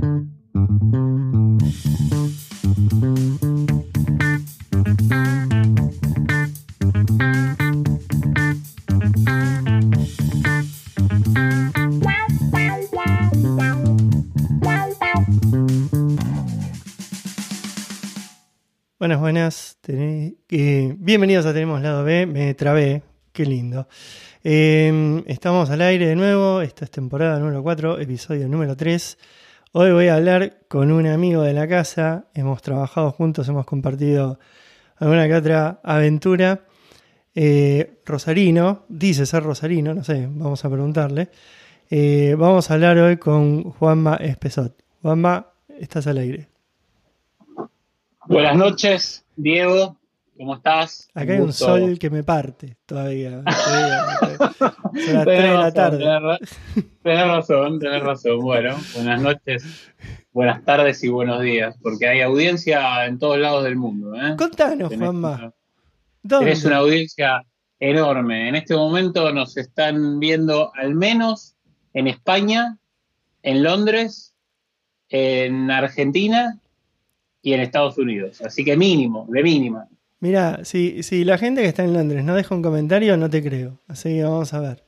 Buenas. Bienvenidos a Tenemos Lado B. Me trabé, qué lindo. Estamos al aire de nuevo. Esta es temporada número 4, episodio número 3. Hoy voy a hablar con un amigo de la casa. Hemos trabajado juntos, hemos compartido alguna que otra aventura. Rosarino, dice ser rosarino, no sé, vamos a preguntarle. Vamos a hablar hoy con Juanma Espesot. Juanma, estás al aire. Buenas noches, Diego, ¿cómo estás? Acá hay un sol que me parte todavía. Son las 3 de la tarde. Tenés razón. Bueno, buenas noches, buenas tardes y buenos días, porque hay audiencia en todos lados del mundo. Contanos, Juanma. Tenés una audiencia enorme. En este momento nos están viendo al menos en España, en Londres, en Argentina y en Estados Unidos. Así que mínimo, de mínima. Mira, si la gente que está en Londres no deja un comentario, no te creo. Así que vamos a ver.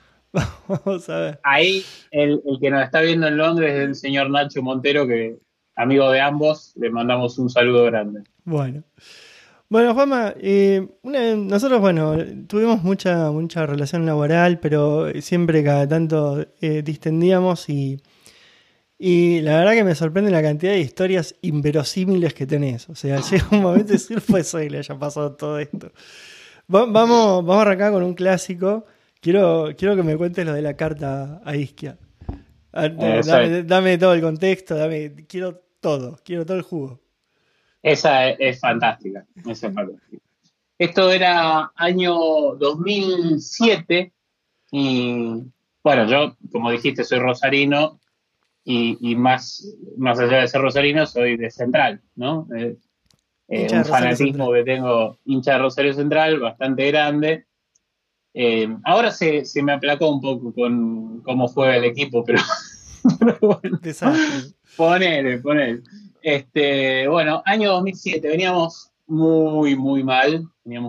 Ahí el que nos está viendo en Londres es el señor Nacho Montero, que amigo de ambos, le mandamos un saludo grande. Bueno, Juanma, nosotros, tuvimos mucha relación laboral, pero siempre cada tanto distendíamos y la verdad que me sorprende la cantidad de historias inverosímiles que tenés. O sea, llega un momento de decir, pues hoy le haya pasado todo esto. Vamos a arrancar con un clásico. Quiero que me cuentes lo de la carta a Ischia. Dame todo el contexto, quiero todo el jugo. Esa es fantástica. Esto era año 2007 y, bueno, yo, como dijiste, soy rosarino. Y más allá de ser rosarino, soy de Central, ¿no? Un fanatismo Central que tengo, hincha de Rosario Central, bastante grande. Ahora se me aplacó un poco con cómo juega el equipo, pero bueno. Desastre. Ponele. Bueno, año 2007, veníamos muy mal,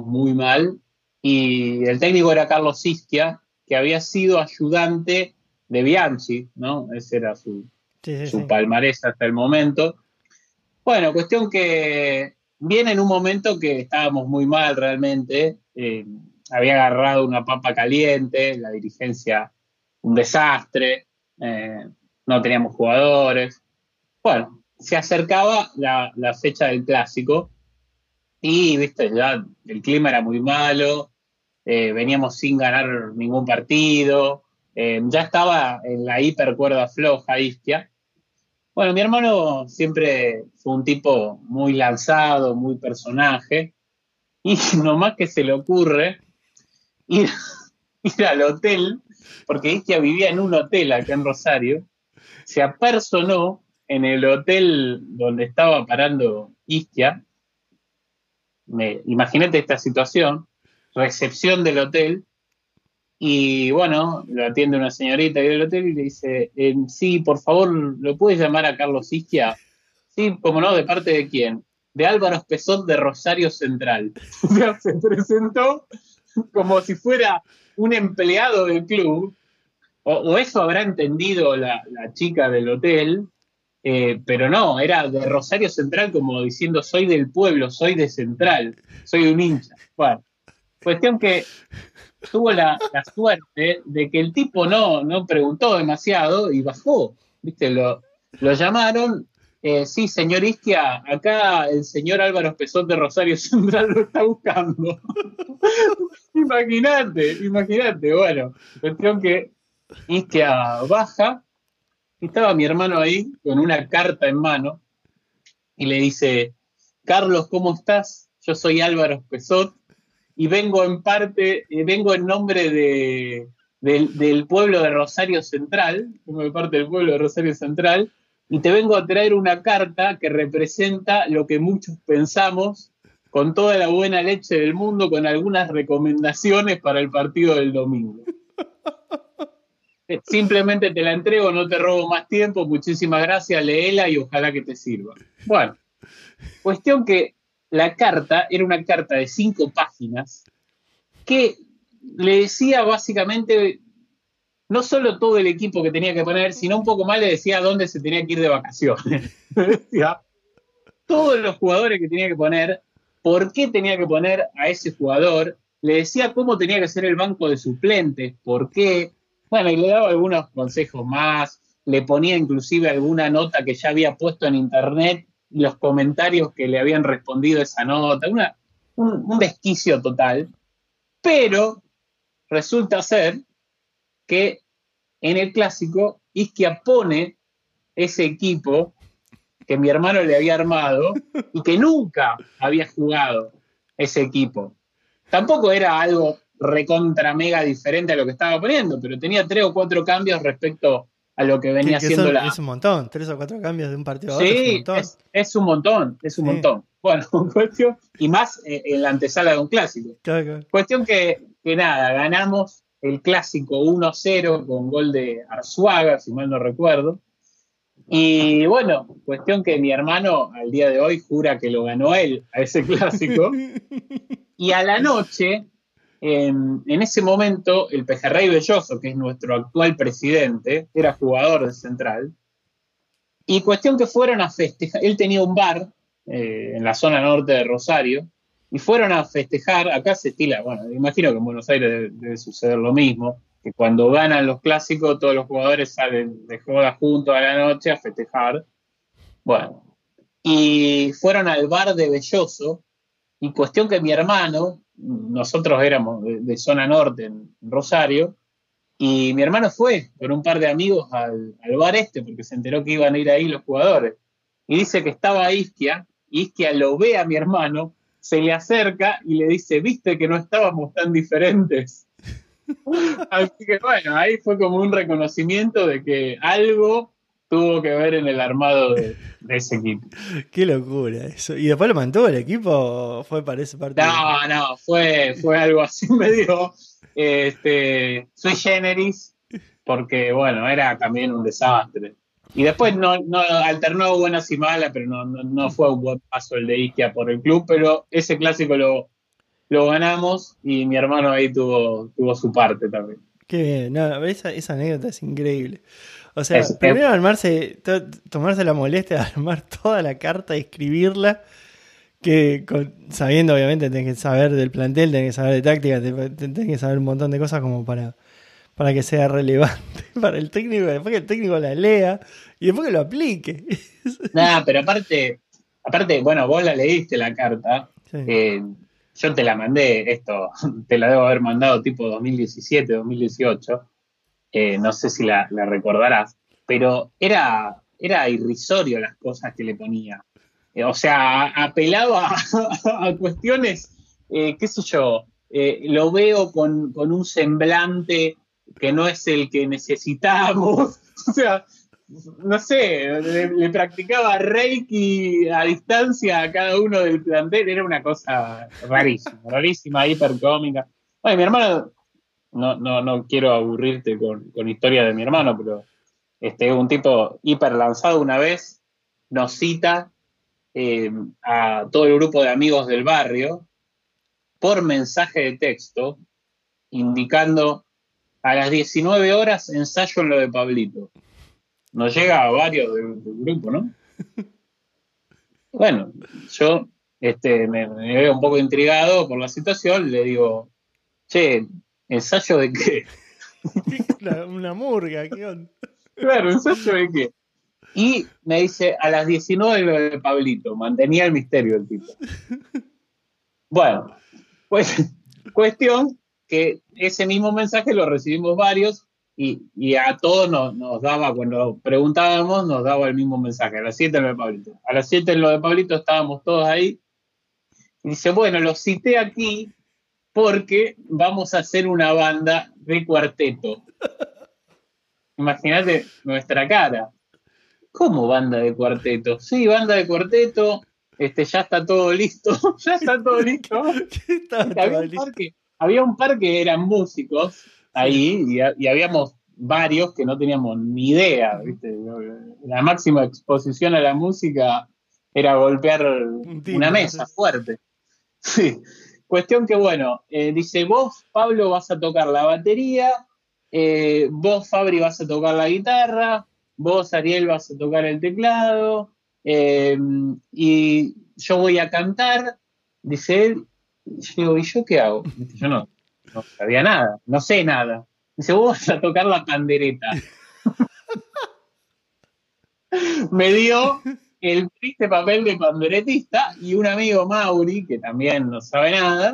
y el técnico era Carlos Ischia, que había sido ayudante de Bianchi, ¿no? Ese era su palmarés hasta el momento. Bueno, cuestión que viene en un momento que estábamos muy mal realmente. Había agarrado una papa caliente, la dirigencia un desastre, no teníamos jugadores. Bueno, se acercaba la fecha del clásico y, viste, ya el clima era muy malo, veníamos sin ganar ningún partido. Ya estaba en la hipercuerda floja Ischia. Bueno, mi hermano siempre fue un tipo muy lanzado, muy personaje, y nomás que se le ocurre ir al hotel, porque Ischia vivía en un hotel acá en Rosario, se apersonó en el hotel donde estaba parando Ischia. Imagínate esta situación, recepción del hotel. Y bueno, lo atiende una señorita del hotel y le dice, sí, por favor, ¿lo puedes llamar a Carlos Ischia? Sí, cómo no, ¿de parte de quién? De Álvaro Espesot de Rosario Central. O sea, se presentó como si fuera un empleado del club, o eso habrá entendido la chica del hotel, pero no, era de Rosario Central, como diciendo, soy del pueblo, soy de Central, soy un hincha. Bueno, cuestión que tuvo la suerte de que el tipo no preguntó demasiado y bajó, ¿viste? Lo llamaron, sí, señor Ischia, acá el señor Álvaro Espesot de Rosario Central lo está buscando. Imagínate, bueno, cuestión que Ischia baja y estaba mi hermano ahí con una carta en mano y le dice, Carlos, ¿cómo estás? Yo soy Álvaro Espesot y vengo en nombre del pueblo de Rosario Central, como parte del pueblo de Rosario Central, y te vengo a traer una carta que representa lo que muchos pensamos, con toda la buena leche del mundo, con algunas recomendaciones para el partido del domingo. simplemente te la entrego, no te robo más tiempo, muchísimas gracias, léela y ojalá que te sirva. Bueno, cuestión que la carta era una carta de 5 páginas que le decía básicamente no solo todo el equipo que tenía que poner, sino un poco más le decía a dónde se tenía que ir de vacaciones. Decía todos los jugadores que tenía que poner, por qué tenía que poner a ese jugador, le decía cómo tenía que ser el banco de suplentes, por qué. Bueno, y le daba algunos consejos más, le ponía inclusive alguna nota que ya había puesto en internet, los comentarios que le habían respondido a esa nota, un desquicio total. Pero resulta ser que en el clásico Ischia pone ese equipo que mi hermano le había armado y que nunca había jugado ese equipo. Tampoco era algo recontra mega diferente a lo que estaba poniendo, pero tenía 3 o 4 cambios respecto a lo que venía haciendo Es un montón, 3 o 4 cambios de un partido a otro. Sí, es un montón, es un montón. Bueno, cuestión, y más en la antesala de un clásico. Claro. Cuestión que nada, ganamos el clásico 1-0 con gol de Arzuaga, si mal no recuerdo. Y bueno, cuestión que mi hermano al día de hoy jura que lo ganó él a ese clásico. Y a la noche, en ese momento, el Pejerrey Belloso, que es nuestro actual presidente, era jugador de Central. Y cuestión que fueron a festejar, él tenía un bar en la zona norte de Rosario, y fueron a festejar, acá se estila, bueno, imagino que en Buenos Aires debe suceder lo mismo, que cuando ganan los clásicos todos los jugadores salen de joda juntos a la noche a festejar. Bueno, y fueron al bar de Belloso, y cuestión que mi hermano, nosotros éramos de zona norte en Rosario, y mi hermano fue con un par de amigos al bar porque se enteró que iban a ir ahí los jugadores, y dice que estaba Ischia lo ve a mi hermano, se le acerca y le dice, ¿viste que no estábamos tan diferentes? Así que bueno, ahí fue como un reconocimiento de que algo tuvo que ver en el armado de ese equipo. Qué locura eso. ¿Y después lo mantuvo el equipo o fue para ese partido? No, fue algo así medio sui generis, porque bueno, era también un desastre. Y después no alternó buenas y malas, pero no fue un buen paso el de Ischia por el club, pero ese clásico lo ganamos y mi hermano ahí tuvo su parte también. Qué bien, no, esa anécdota es increíble. O sea, primero tomarse la molestia de armar toda la carta y escribirla, que sabiendo obviamente tenés que saber del plantel, tenés que saber de táctica, tenés que saber un montón de cosas como para que sea relevante para el técnico, después que el técnico la lea y después que lo aplique. Pero aparte, bueno, vos la leíste la carta, sí. Yo te la mandé, te la debo haber mandado tipo 2017, 2018, no sé si la recordarás, pero era irrisorio las cosas que le ponía. O sea, apelaba a cuestiones, qué sé yo, lo veo con un semblante que no es el que necesitamos. O sea, no sé, le practicaba Reiki a distancia a cada uno del plantel. Era una cosa rarísima, hipercómica. Bueno, mi hermano, no quiero aburrirte con historia de mi hermano, pero un tipo hiper lanzado una vez nos cita a todo el grupo de amigos del barrio por mensaje de texto indicando a las 19 horas ensayo en lo de Pablito. Nos llega a varios del grupo, ¿no? Bueno, yo me veo un poco intrigado por la situación, le digo, che, ¿ensayo de qué? Una murga, ¿qué onda? Claro, ¿ensayo de qué? Y me dice, a las 19 lo de Pablito, mantenía el misterio el tipo. Bueno, pues cuestión que ese mismo mensaje lo recibimos varios y a todos nos daba, cuando preguntábamos, nos daba el mismo mensaje, a las 7 en lo de Pablito. A las 7 en lo de Pablito estábamos todos ahí. Y dice, bueno, los cité aquí porque vamos a hacer una banda de cuarteto. Imagínate nuestra cara. ¿Cómo banda de cuarteto? Sí, banda de cuarteto, ya está todo listo. Ya está todo listo. Había un par que eran músicos ahí, y habíamos varios que no teníamos ni idea, ¿viste? La máxima exposición a la música era golpear una mesa fuerte. Sí. Cuestión que, bueno, dice, vos, Pablo, vas a tocar la batería, vos, Fabri, vas a tocar la guitarra, vos, Ariel, vas a tocar el teclado, y yo voy a cantar, dice él. Y yo digo, ¿y yo qué hago? Yo no sabía nada, no sé nada. Dice, vos vas a tocar la pandereta. Me dio el triste papel de panderetista y un amigo, Mauri, que también no sabe nada,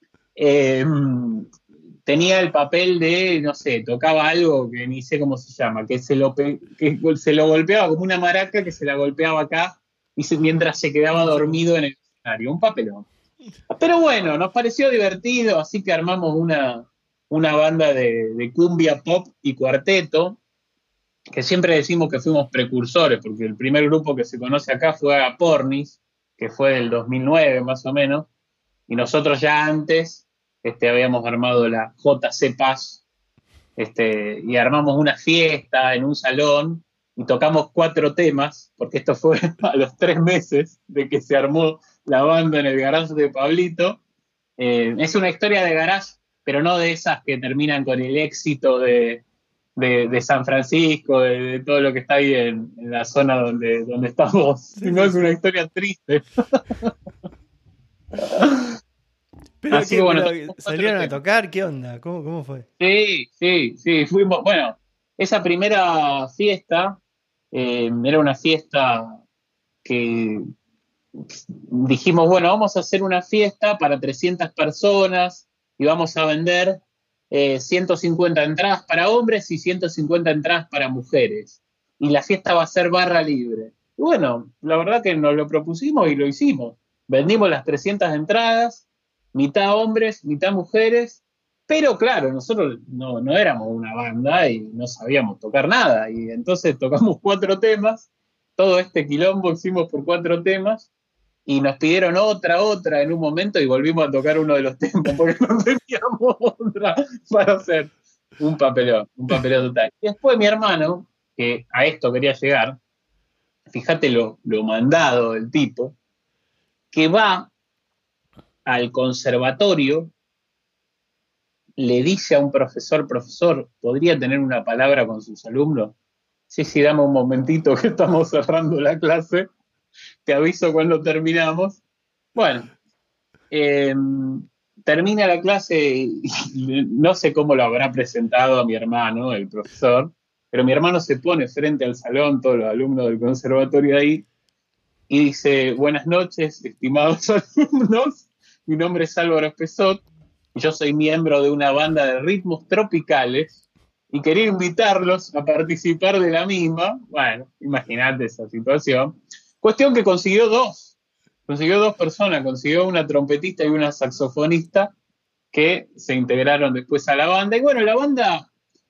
tenía el papel de, no sé, tocaba algo que ni sé cómo se llama, que se lo golpeaba como una maraca que se la golpeaba acá mientras se quedaba dormido en el escenario. Un papelón. Pero bueno, nos pareció divertido, así que armamos una banda de cumbia, pop y cuarteto, que siempre decimos que fuimos precursores, porque el primer grupo que se conoce acá fue Agapornis, que fue del 2009 más o menos, y nosotros ya antes habíamos armado la JC Paz, y armamos una fiesta en un salón, y tocamos 4 temas, porque esto fue a los 3 meses de que se armó la banda en el garage de Pablito. Es una historia de garage, pero no de esas que terminan con el éxito de San Francisco, de todo lo que está ahí en la zona donde estamos, sino es una historia triste. Pero, así que, bueno, ¿salieron a tocar? ¿Qué onda? ¿Cómo fue? Sí, fuimos, bueno, esa primera fiesta era una fiesta que dijimos, bueno, vamos a hacer una fiesta para 300 personas y vamos a vender 150 entradas para hombres y 150 entradas para mujeres. Y la fiesta va a ser barra libre. Y bueno, la verdad que nos lo propusimos y lo hicimos. Vendimos las 300 entradas, mitad hombres, mitad mujeres, pero claro, nosotros no éramos una banda y no sabíamos tocar nada. Y entonces tocamos 4 temas, todo este quilombo hicimos por 4 temas, y nos pidieron otra en un momento y volvimos a tocar uno de los temas porque no teníamos otra para hacer un papelón total. Y después mi hermano, que a esto quería llegar, fíjate lo mandado del tipo, que va al conservatorio, le dice a un profesor, ¿podría tener una palabra con sus alumnos? Sí, dame un momentito que estamos cerrando la clase, te aviso cuando terminamos. Bueno, termina la clase y no sé cómo lo habrá presentado a mi hermano, el profesor, pero mi hermano se pone frente al salón, todos los alumnos del conservatorio ahí, y dice, buenas noches, estimados alumnos, mi nombre es Álvaro Espesot, y yo soy miembro de una banda de ritmos tropicales, y quería invitarlos a participar de la misma. Bueno, imagínate esa situación. Cuestión que consiguió 2 personas, consiguió una trompetista y una saxofonista que se integraron después a la banda. Y bueno, la banda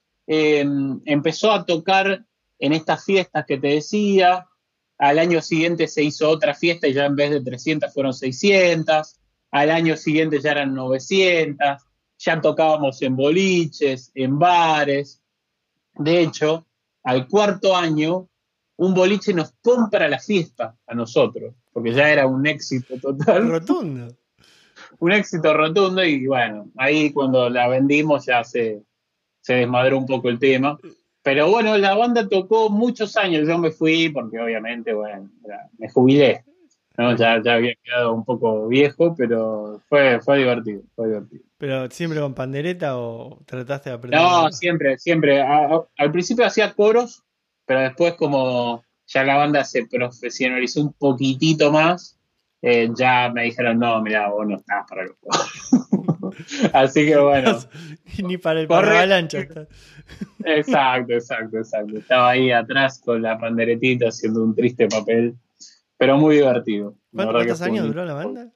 empezó a tocar en estas fiestas que te decía. Al año siguiente se hizo otra fiesta y ya en vez de 300 fueron 600. Al año siguiente ya eran 900. Ya tocábamos en boliches, en bares. De hecho, al 4.º año, un boliche nos compra la fiesta a nosotros, porque ya era un éxito total. Rotundo. Un éxito rotundo, y bueno, ahí cuando la vendimos ya se desmadró un poco el tema. Pero bueno, la banda tocó muchos años, yo me fui porque obviamente, bueno, me jubilé, ¿no? Ya había quedado un poco viejo, pero fue divertido. ¿Pero siempre con pandereta o trataste de aprender? No, siempre. Al principio hacía coros, pero después como ya la banda se profesionalizó un poquitito más, ya me dijeron, no, mira, vos no estás para los coros. Así que bueno. Ni para el avalancha. Exacto. Estaba ahí atrás con la panderetita haciendo un triste papel, pero muy divertido. ¿Cuántos años duró la banda?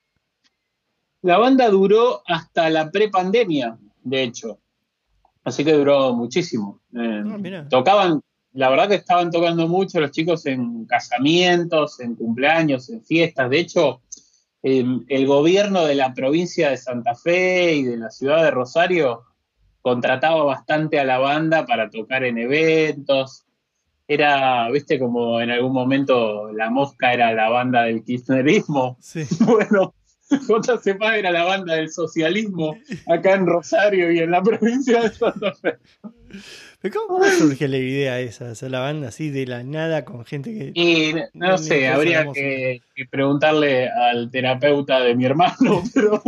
La banda duró hasta la prepandemia, de hecho. Así que duró muchísimo. Tocaban, la verdad que estaban tocando mucho los chicos en casamientos, en cumpleaños, en fiestas. De hecho, el gobierno de la provincia de Santa Fe y de la ciudad de Rosario contrataba bastante a la banda para tocar en eventos. Era, viste, como en algún momento La Mosca era la banda del kirchnerismo. Sí. Bueno, J.C. Paz era la banda del socialismo acá en Rosario y en la provincia de Santa Fe. ¿Pero cómo surge la idea esa de hacer la banda así de la nada con gente que Y no le sé, interesa la habría música? que preguntarle al terapeuta de mi hermano, pero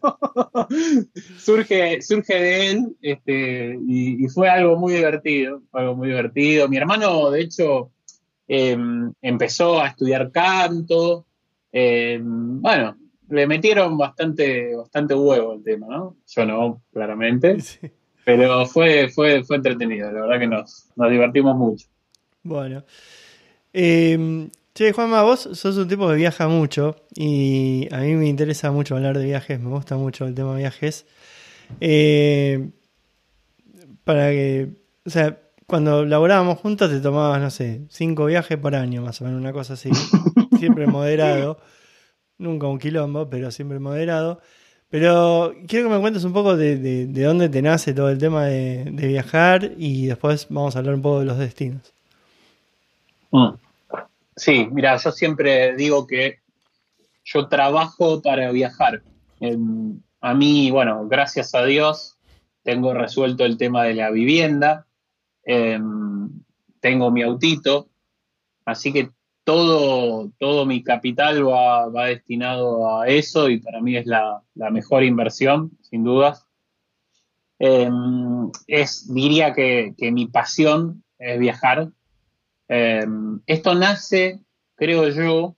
surge de él, y fue algo muy divertido, fue algo muy divertido. Mi hermano, de hecho, empezó a estudiar canto. Bueno, le metieron bastante huevo al tema, ¿no? Yo no, claramente, Sí. pero fue entretenido, la verdad que nos divertimos mucho. Bueno. Che, Juanma, vos sos un tipo que viaja mucho y a mí me interesa mucho hablar de viajes, me gusta mucho el tema de viajes. Eh, para que, o sea, cuando laburábamos juntos te tomabas, no sé, 5 viajes por año, más o menos, una cosa así. Siempre moderado, nunca un quilombo, pero siempre moderado. Pero quiero que me cuentes un poco de dónde te nace todo el tema de viajar y después vamos a hablar un poco de los destinos. Mm. Sí, mira, yo siempre digo que yo trabajo para viajar. A mí, bueno, gracias a Dios, tengo resuelto el tema de la vivienda, eh, tengo mi autito, así que todo mi capital va destinado a eso y para mí es la mejor inversión, sin dudas. Eh, Diría que mi pasión es viajar. Eh, Esto nace, creo yo,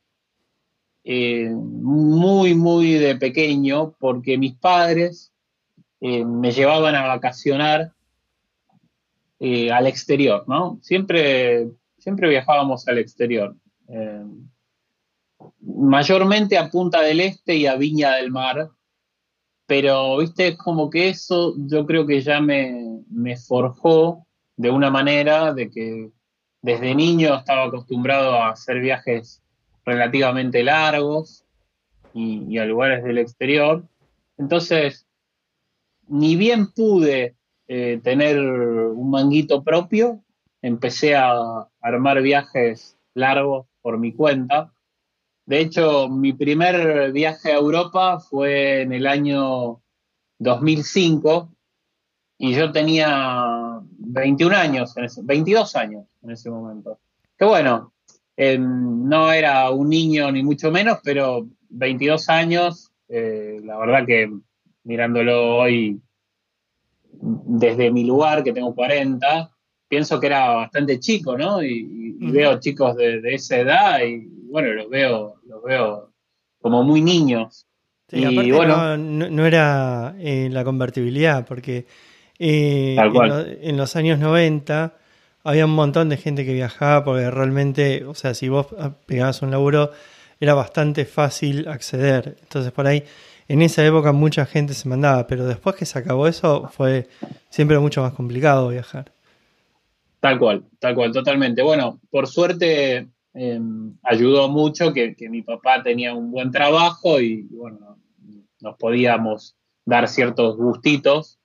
muy de pequeño, porque mis padres me llevaban a vacacionar al exterior, ¿no? Siempre viajábamos al exterior, eh, mayormente a Punta del Este y a Viña del Mar, pero, viste, es como que eso yo creo que ya me forjó de una manera de que desde niño estaba acostumbrado a hacer viajes relativamente largos y a lugares del exterior. Entonces, ni bien pude tener un manguito propio, empecé a armar viajes largos por mi cuenta. De hecho, mi primer viaje a Europa fue en el año 2005 y yo tenía 21 años, 22 años en ese momento. Que bueno, no era un niño ni mucho menos, pero 22 años, la verdad que mirándolo hoy desde mi lugar, que tengo 40, pienso que era bastante chico, ¿no? Y Ujú. veo chicos de esa edad y bueno, los veo como muy niños. Sí, Y aparte bueno, no era la convertibilidad, porque tal cual. en los años 90 había un montón de gente que viajaba porque realmente, o sea, si vos pegabas un laburo, era bastante fácil acceder. Entonces por ahí, en esa época mucha gente se mandaba, pero después que se acabó eso fue siempre mucho más complicado viajar. Tal cual, totalmente. Bueno, por suerte ayudó mucho que mi papá tenía un buen trabajo y bueno, nos podíamos dar ciertos gustitos.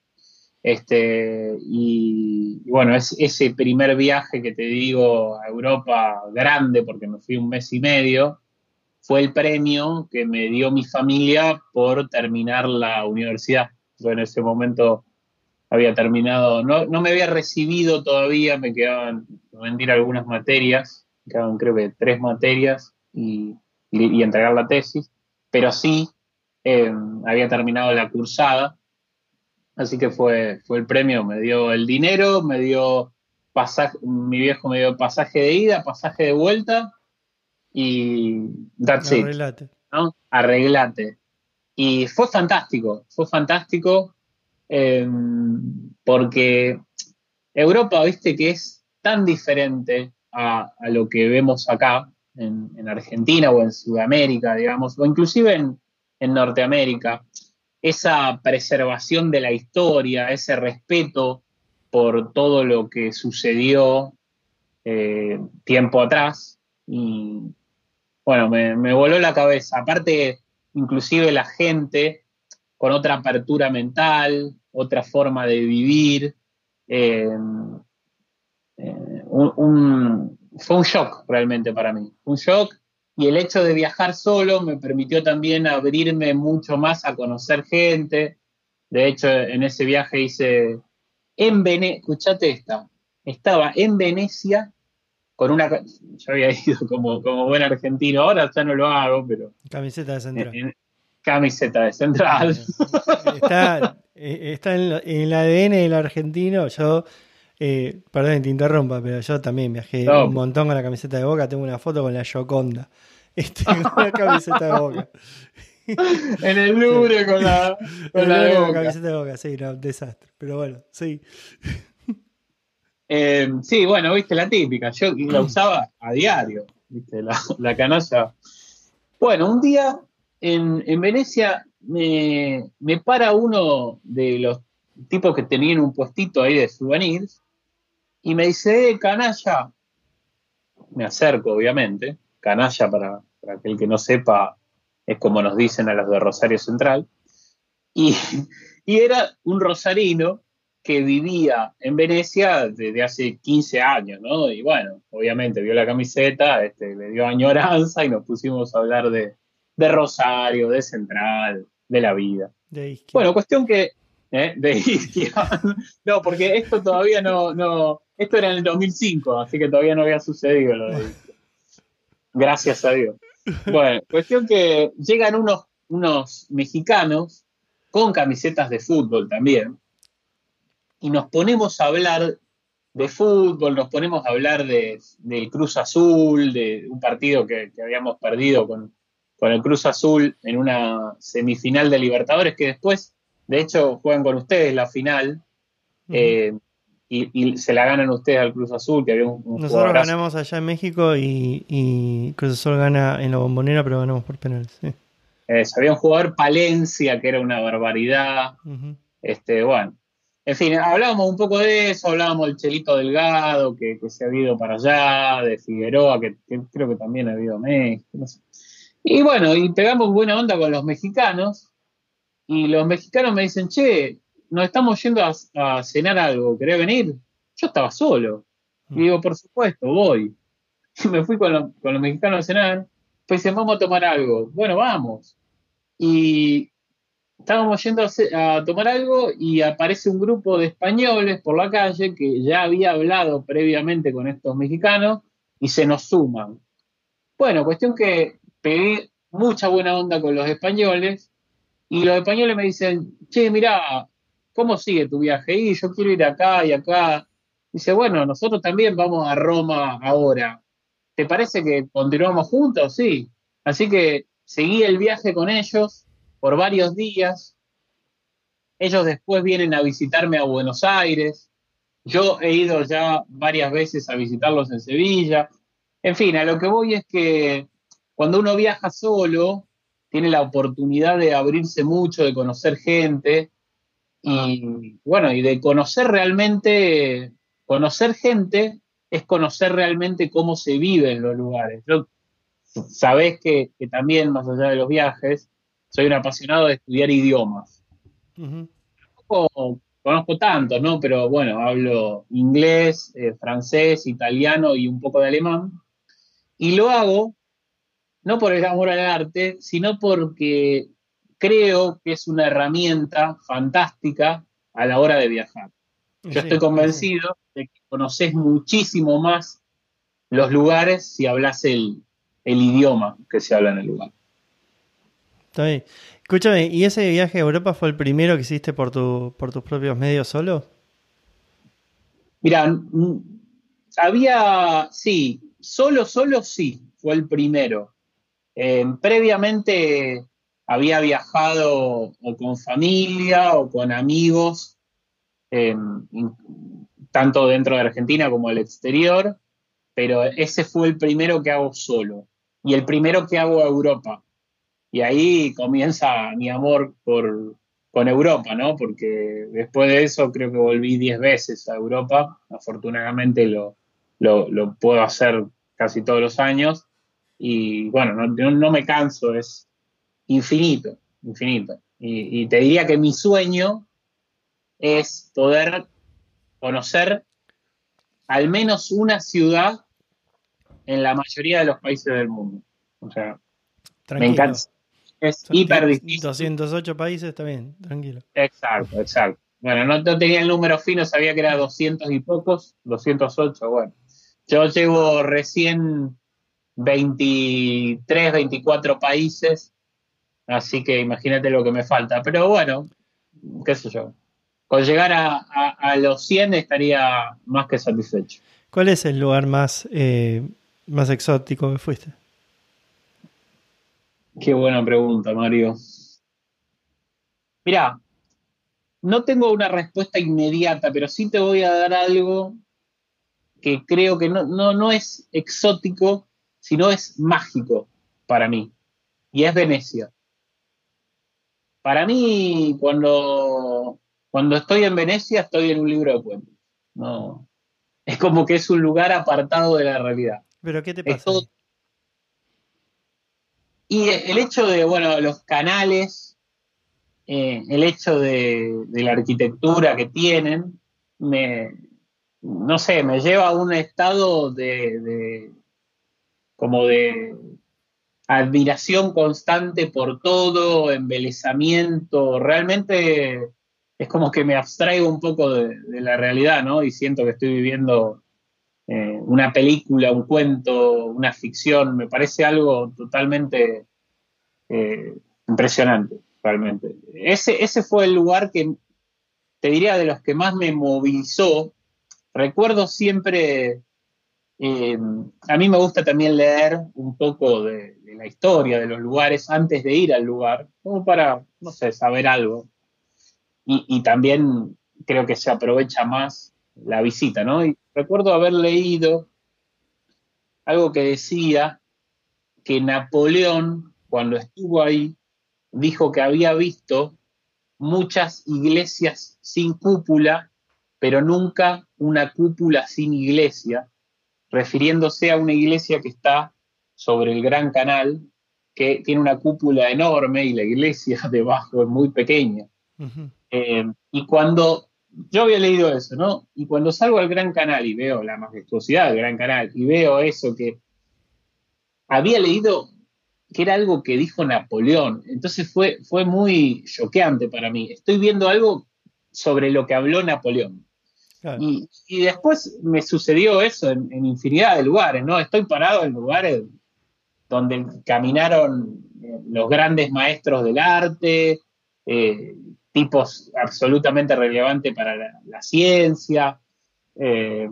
Y bueno, es ese primer viaje que te digo a Europa grande, porque me fui un mes y medio, fue el premio que me dio mi familia por terminar la universidad. Yo en ese momento había terminado, no me había recibido todavía, me quedaban rendir algunas materias, me quedaban creo que 3 materias y entregar la tesis, pero sí había terminado la cursada, así que fue el premio, me dio el dinero, me dio pasaje, mi viejo me dio pasaje de ida, pasaje de vuelta y that's it, Arreglate. ¿no? Arreglate. Y fue fantástico eh, porque Europa, viste que es tan diferente a lo que vemos acá en Argentina o en Sudamérica, digamos, o inclusive en Norteamérica. Esa preservación de la historia, ese respeto por todo lo que sucedió tiempo atrás. Y bueno, me voló la cabeza. Aparte, inclusive la gente con otra apertura mental, otra forma de vivir. Fue un shock realmente para mí, un shock, y el hecho de viajar solo me permitió también abrirme mucho más a conocer gente. De hecho, en ese viaje hice en Venecia, escuchate estaba en Venecia con yo había ido como buen argentino, ahora ya no lo hago, pero Camiseta de Central. Camiseta de Central. Está en el ADN del argentino. Yo, perdón que te interrumpa, pero yo también viajé un montón con la camiseta de Boca. Tengo una foto con la Gioconda. Con la camiseta de Boca. En el Louvre sí. con la de Boca. Camiseta de Boca, sí, no, desastre. Pero bueno, sí. Sí, bueno, viste la típica. Yo la usaba a diario, viste, la canalla. Bueno, un día en Venecia me para uno de los tipos que tenían un puestito ahí de souvenirs y me dice, canalla. Me acerco, obviamente. Canalla, para aquel que no sepa, es como nos dicen a los de Rosario Central. Y era un rosarino que vivía en Venecia desde hace 15 años, ¿no? Y bueno, obviamente vio la camiseta, le dio añoranza y nos pusimos a hablar de Rosario, de Central, de la vida. De Isquia. Bueno, cuestión que... de Isquia. No, porque esto todavía no... Esto era en el 2005, así que todavía no había sucedido lo de Isquia. Gracias a Dios. Bueno, cuestión que llegan unos mexicanos con camisetas de fútbol también, y nos ponemos a hablar de fútbol, nos ponemos a hablar del Cruz Azul, de un partido que habíamos perdido con el Cruz Azul en una semifinal de Libertadores, que después, de hecho, juegan con ustedes la final, y se la ganan ustedes al Cruz Azul, que había un Nosotros jugadorazo. Ganamos allá en México y Cruz Azul gana en la Bombonera, pero ganamos por penales. Sí. Había un jugador Palencia que era una barbaridad. Bueno, en fin, hablábamos un poco de eso, hablábamos del Chelito Delgado, que se ha ido para allá, de Figueroa, que creo que también ha ido a México, no sé. Y bueno, y pegamos buena onda con los mexicanos, y los mexicanos me dicen, che, nos estamos yendo a cenar algo, ¿querés venir? Yo estaba solo. Y digo, por supuesto, voy. Y me fui con los mexicanos a cenar, pues dicen, vamos a tomar algo. Bueno, vamos. Y estábamos yendo a tomar algo y aparece un grupo de españoles por la calle que ya había hablado previamente con estos mexicanos y se nos suman. Bueno, cuestión que pegué mucha buena onda con los españoles y los españoles me dicen, che, mirá, ¿cómo sigue tu viaje? Y yo quiero ir acá y acá. Dice, bueno, nosotros también vamos a Roma ahora. ¿Te parece que continuamos juntos? Sí. Así que seguí el viaje con ellos por varios días. Ellos después vienen a visitarme a Buenos Aires. Yo he ido ya varias veces a visitarlos en Sevilla. En fin, a lo que voy es que cuando uno viaja solo, tiene la oportunidad de abrirse mucho, de conocer gente y, bueno, y de conocer realmente, conocer gente es conocer realmente cómo se vive en los lugares. Sabés que también, más allá de los viajes, soy un apasionado de estudiar idiomas. Tampoco conozco tantos, ¿no? Pero bueno, hablo inglés, francés, italiano y un poco de alemán. Y lo hago no por el amor al arte, sino porque creo que es una herramienta fantástica a la hora de viajar. Yo estoy convencido de que conoces muchísimo más los lugares si hablas el idioma que se habla en el lugar. Está bien. Escúchame, ¿y ese viaje a Europa fue el primero que hiciste por tus propios medios solo? Mira, solo sí, fue el primero. Previamente había viajado o con familia o con amigos, tanto dentro de Argentina como al exterior, pero ese fue el primero que hago solo y el primero que hago a Europa. Y ahí comienza mi amor con Europa, ¿no? Porque después de eso creo que volví 10 veces a Europa. Afortunadamente lo puedo hacer casi todos los años. Y bueno, no me canso, es infinito. Y te diría que mi sueño es poder conocer al menos una ciudad en la mayoría de los países del mundo. O sea, me Tranquilo. encanta. Es hiper difícil. 208 países, está bien, tranquilo. Exacto, exacto. Bueno, no tenía el número fino, sabía que era 200 y pocos, 208, bueno. Yo llevo recién 23, 24 países, así que imagínate lo que me falta. Pero bueno, qué sé yo. Con llegar a los 100 estaría más que satisfecho. ¿Cuál es el lugar más exótico que fuiste? Qué buena pregunta, Mario. Mirá, no tengo una respuesta inmediata, pero sí te voy a dar algo que creo que no es exótico, sino es mágico para mí, y es Venecia. Para mí, cuando estoy en Venecia, estoy en un libro de cuentos. No, es como que es un lugar apartado de la realidad. ¿Pero qué te Es pasa todo, ahí? y el hecho de, bueno, los canales, el hecho de la arquitectura que tienen, no sé, me lleva a un estado como de admiración constante por todo, embelezamiento, realmente es como que me abstraigo un poco de la realidad, ¿no? Y siento que estoy viviendo una película, un cuento, una ficción, me parece algo totalmente impresionante, realmente. Ese fue el lugar que te diría de los que más me movilizó. Recuerdo siempre a mí me gusta también leer un poco de la historia de los lugares antes de ir al lugar, como para, no sé, saber algo. Y también creo que se aprovecha más la visita, ¿no? Y recuerdo haber leído algo que decía que Napoleón, cuando estuvo ahí, dijo que había visto muchas iglesias sin cúpula, pero nunca una cúpula sin iglesia, refiriéndose a una iglesia que está sobre el Gran Canal, que tiene una cúpula enorme y la iglesia debajo es muy pequeña. Ujú. Y cuando yo había leído eso, ¿no? Y cuando salgo al Gran Canal y veo la majestuosidad del Gran Canal y veo eso que había leído que era algo que dijo Napoleón, entonces fue muy choqueante para mí. Estoy viendo algo sobre lo que habló Napoleón. Claro. Y después me sucedió eso en infinidad de lugares, ¿no? Estoy parado en lugares donde caminaron los grandes maestros del arte, eh, tipos absolutamente relevantes para la ciencia. Eh,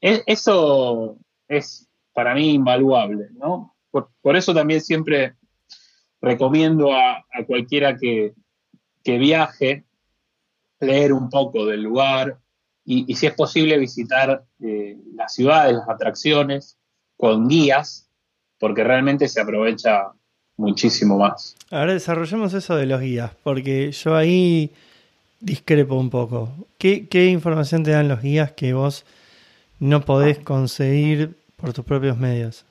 eso es para mí invaluable, ¿no? Por eso también siempre recomiendo a cualquiera que viaje leer un poco del lugar y si es posible visitar las ciudades, las atracciones con guías, porque realmente se aprovecha muchísimo más. Ahora desarrollemos eso de los guías, porque yo ahí discrepo un poco. ¿Qué información te dan los guías que vos no podés conseguir por tus propios medios?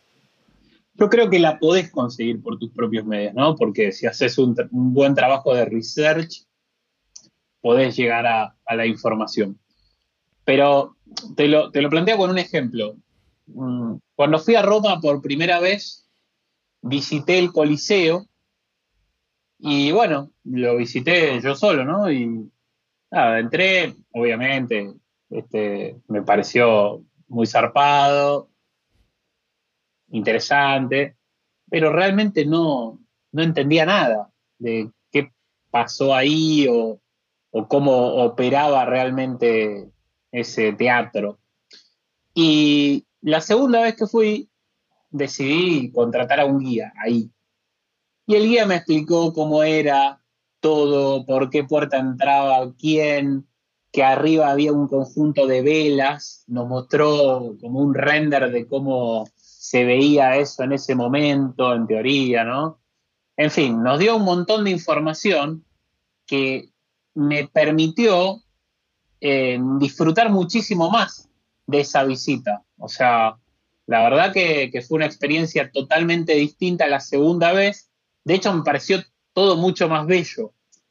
Yo creo que la podés conseguir por tus propios medios, ¿no? Porque si haces un buen trabajo de research, podés llegar a la información. Pero te lo planteo con un ejemplo. Cuando fui a Roma por primera vez, visité el Coliseo y bueno, lo visité yo solo, ¿no? Y nada, entré, obviamente, me pareció muy zarpado, interesante, pero realmente no entendía nada de qué pasó ahí o cómo operaba realmente ese teatro. Y la segunda vez que fui, decidí contratar a un guía ahí. Y el guía me explicó cómo era todo, por qué puerta entraba quién, que arriba había un conjunto de velas, nos mostró como un render de cómo se veía eso en ese momento, en teoría, ¿no? En fin, nos dio un montón de información que me permitió disfrutar muchísimo más de esa visita. O sea, la verdad que fue una experiencia totalmente distinta la segunda vez. De hecho, me pareció todo mucho más bello.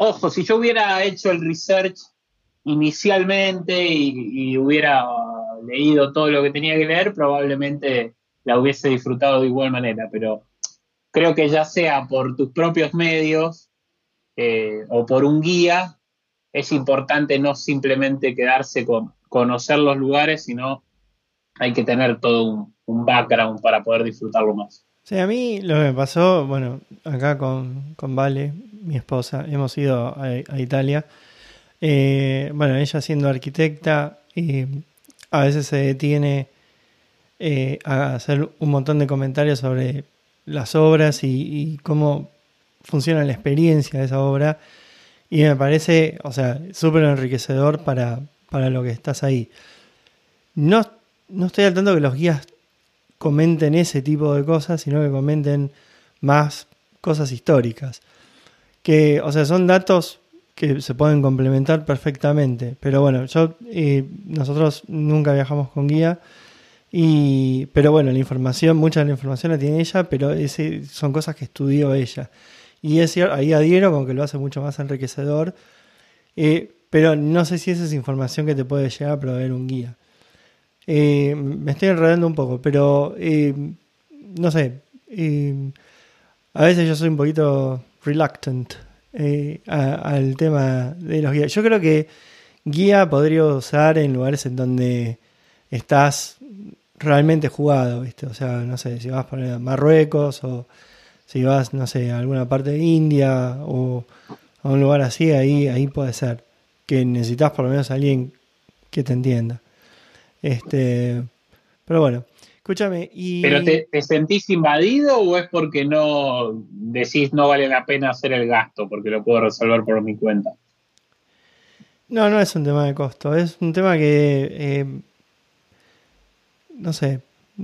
Ojo, si yo hubiera hecho el research inicialmente y hubiera leído todo lo que tenía que leer, probablemente la hubiese disfrutado de igual manera, pero creo que ya sea por tus propios medios o por un guía, es importante no simplemente quedarse con conocer los lugares, sino hay que tener todo un background para poder disfrutarlo más. Sí, a mí lo que me pasó, bueno, acá con Vale, mi esposa, hemos ido a Italia. Bueno, ella siendo arquitecta, a veces se detiene a hacer un montón de comentarios sobre las obras y cómo funciona la experiencia de esa obra. Y me parece, o sea, súper enriquecedor para lo que estás ahí. No, no estoy al tanto que los guías comenten ese tipo de cosas, sino que comenten más cosas históricas. Que, o sea, son datos que se pueden complementar perfectamente. Pero bueno, nosotros nunca viajamos con guía. Pero bueno, mucha de la información la tiene ella, pero son cosas que estudió ella. Y es cierto, ahí adhiero con que lo hace mucho más enriquecedor. Pero no sé si esa es información que te puede llegar a proveer un guía. Me estoy enredando un poco, pero no sé. A veces yo soy un poquito reluctant al tema de los guías. Yo creo que guía podría usar en lugares en donde estás realmente jugado, ¿viste? O sea, no sé, si vas a Marruecos o si vas, no sé, a alguna parte de India o a un lugar así, ahí puede ser. Que necesitas por lo menos a alguien que te entienda. Pero bueno, escúchame. ¿Pero te sentís invadido o es porque no decís no vale la pena hacer el gasto porque lo puedo resolver por mi cuenta? No es un tema de costo, es un tema que no sé,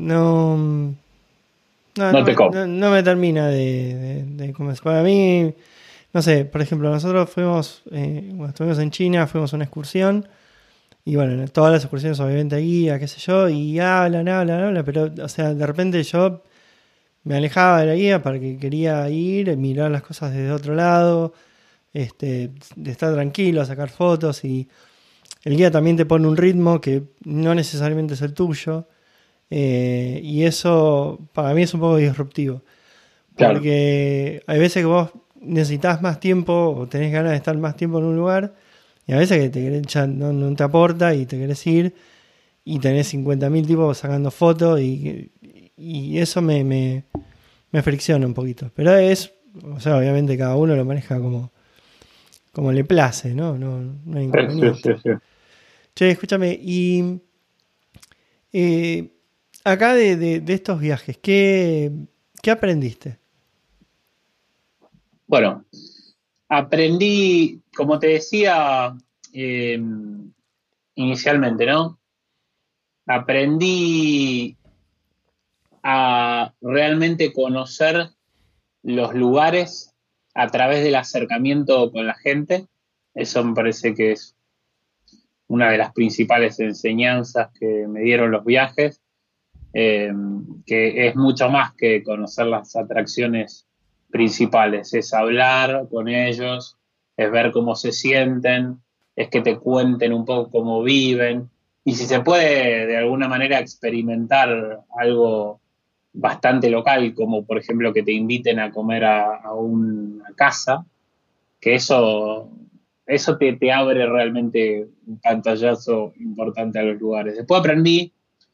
no me termina de convencer. Para mí, no sé, por ejemplo, nosotros fuimos, cuando estuvimos en China, fuimos a una excursión. Y bueno, en todas las excursiones obviamente hay guía, qué sé yo, y hablan, pero, o sea, de repente yo me alejaba de la guía para que quería ir, mirar las cosas desde otro lado, de estar tranquilo, sacar fotos, y el guía también te pone un ritmo que no necesariamente es el tuyo, y eso para mí es un poco disruptivo, porque hay veces que vos necesitas más tiempo o tenés ganas de estar más tiempo en un lugar, y a veces que ya no te aporta y te querés ir y tenés 50.000 tipos sacando fotos y eso me fricciona un poquito. Pero o sea, obviamente cada uno lo maneja como le place, ¿no? No hay inconveniente. Sí. Che, escúchame, y acá de estos viajes, ¿qué aprendiste? Bueno, aprendí, como te decía inicialmente, ¿no? Aprendí a realmente conocer los lugares a través del acercamiento con la gente. Eso me parece que es una de las principales enseñanzas que me dieron los viajes, que es mucho más que conocer las atracciones principales, es hablar con ellos, es ver cómo se sienten, es que te cuenten un poco cómo viven y si se puede de alguna manera experimentar algo bastante local, como por ejemplo que te inviten a comer a una casa, que eso te abre realmente un pantallazo importante a los lugares. Después aprendí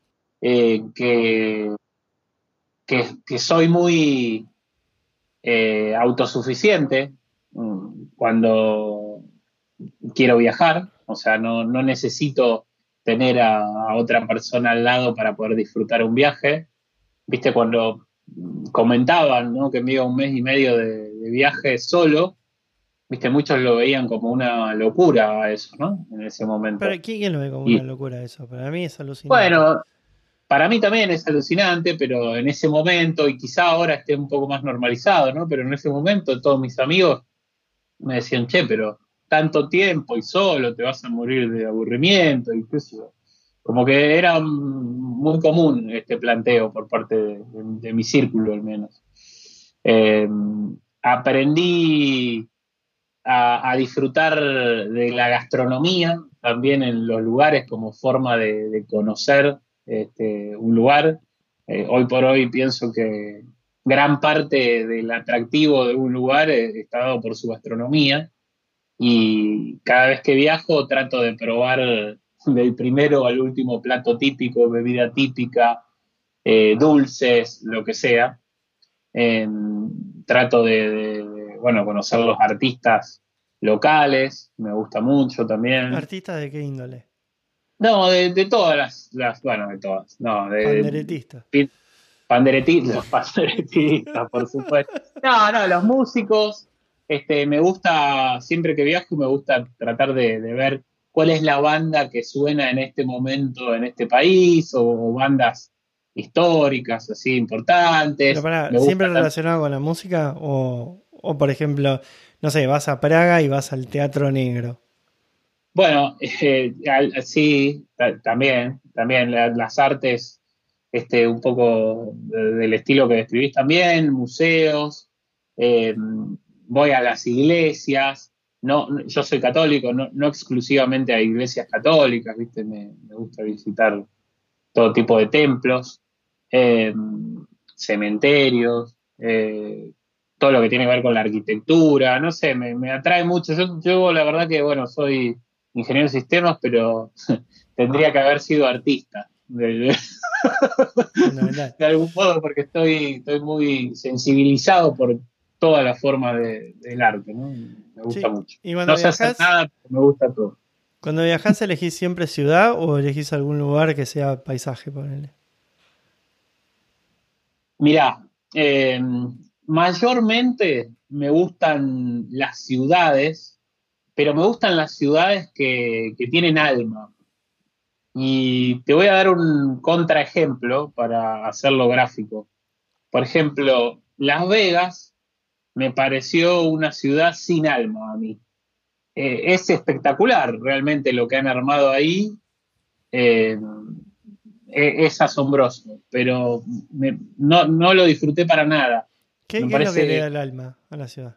que soy muy autosuficiente cuando quiero viajar, o sea, no necesito tener a otra persona al lado para poder disfrutar un viaje. Viste, cuando comentaban, ¿no?, que me iba 1 mes y medio de viaje solo, viste, muchos lo veían como una locura eso, ¿no? En ese momento. ¿Para quién lo ve como una Y locura eso? Para mí es alucinante. bueno, para mí también es alucinante, pero en ese momento, y quizá ahora esté un poco más normalizado, ¿no? Pero en ese momento todos mis amigos me decían, che, pero tanto tiempo y solo te vas a morir de aburrimiento, y qué sé yo. Como que era muy común este planteo por parte de mi círculo, al menos. Eh, aprendí a disfrutar de la gastronomía también en los lugares como forma de conocer un lugar. Hoy por hoy pienso que gran parte del atractivo de un lugar está dado por su gastronomía, y cada vez que viajo trato de probar del primero al último plato típico, bebida típica, dulces, lo que sea. Eh, Trato bueno, conocer los artistas locales, me gusta mucho también. ¿Artistas de qué índole? No, de todas bueno, de todas. No, Panderetistas. Los panderetistas, por supuesto. No, los músicos. Me gusta, siempre que viajo, me gusta tratar de ver cuál es la banda que suena en este momento en este país, o bandas históricas, así, importantes. Pero para, ¿siempre relacionado con la música? O, por ejemplo, no sé, vas a Praga y vas al Teatro Negro. Bueno, sí, también las artes, un poco del estilo que describís también, museos, voy a las iglesias. No, yo soy católico, no exclusivamente a iglesias católicas, ¿viste? Me gusta visitar todo tipo de templos, cementerios, todo lo que tiene que ver con la arquitectura, no sé, me atrae mucho. Yo la verdad que, bueno, soy ingeniero de sistemas, pero tendría que haber sido artista, de algún modo, porque estoy muy sensibilizado por toda la forma del arte, ¿no? Me gusta mucho. Y no sé hacer nada, pero me gusta todo. Cuando viajás, ¿elegís siempre ciudad o elegís algún lugar que sea paisaje, ponele? Mirá, mayormente me gustan las ciudades, pero me gustan las ciudades que tienen alma. Y te voy a dar un contraejemplo para hacerlo gráfico. Por ejemplo, Las Vegas me pareció una ciudad sin alma a mí. Es espectacular realmente lo que han armado ahí. Es asombroso, pero no lo disfruté para nada. ¿Qué es lo que le da el alma a la ciudad?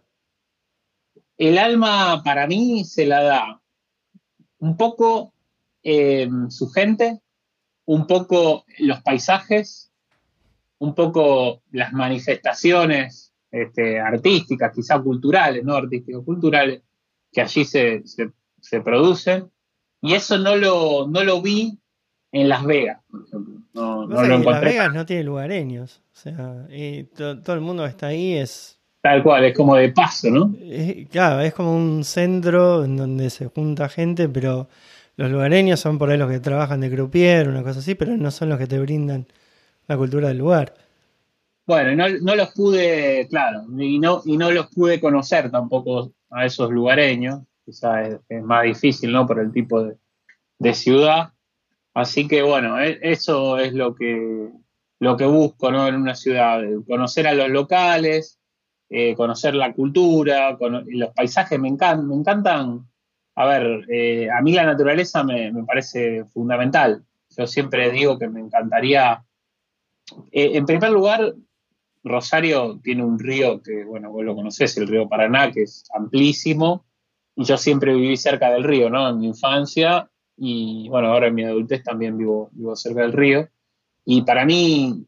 El alma para mí se la da un poco su gente, un poco los paisajes, un poco las manifestaciones artísticas, quizá culturales, no artístico-culturales, que allí se producen. Y eso no lo vi en Las Vegas, por ejemplo. No lo encontré. Las Vegas no tiene lugareños. O sea, todo el mundo que está ahí es... Tal cual, es como de paso, ¿no? Claro, es como un centro en donde se junta gente, pero los lugareños son por ahí los que trabajan de croupier, una cosa así, pero no son los que te brindan la cultura del lugar. Bueno, no los pude, claro, y no los pude conocer tampoco a esos lugareños. Quizás es más difícil, ¿no? Por el tipo de ciudad. Así que bueno, eso es lo que busco, ¿no? En una ciudad, conocer a los locales, conocer la cultura, los paisajes me encantan. A ver, a mí la naturaleza me parece fundamental. Yo siempre digo que me encantaría, en primer lugar, Rosario tiene un río que, bueno, vos lo conocés, el río Paraná, que es amplísimo, y yo siempre viví cerca del río, ¿no? En mi infancia, y bueno, ahora en mi adultez también vivo cerca del río. Y para mí,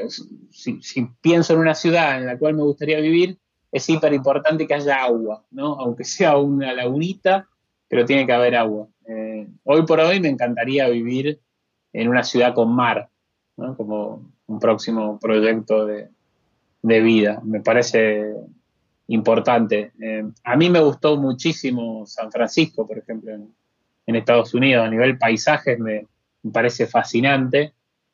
si pienso en una ciudad en la cual me gustaría vivir, es hiper importante que haya agua, ¿no? Aunque sea una lagunita, pero tiene que haber agua. Hoy por hoy me encantaría vivir en una ciudad con mar, ¿no? Como un próximo proyecto de vida. Me parece importante. A mí me gustó muchísimo San Francisco, por ejemplo, en Estados Unidos. A nivel paisajes me parece fascinante.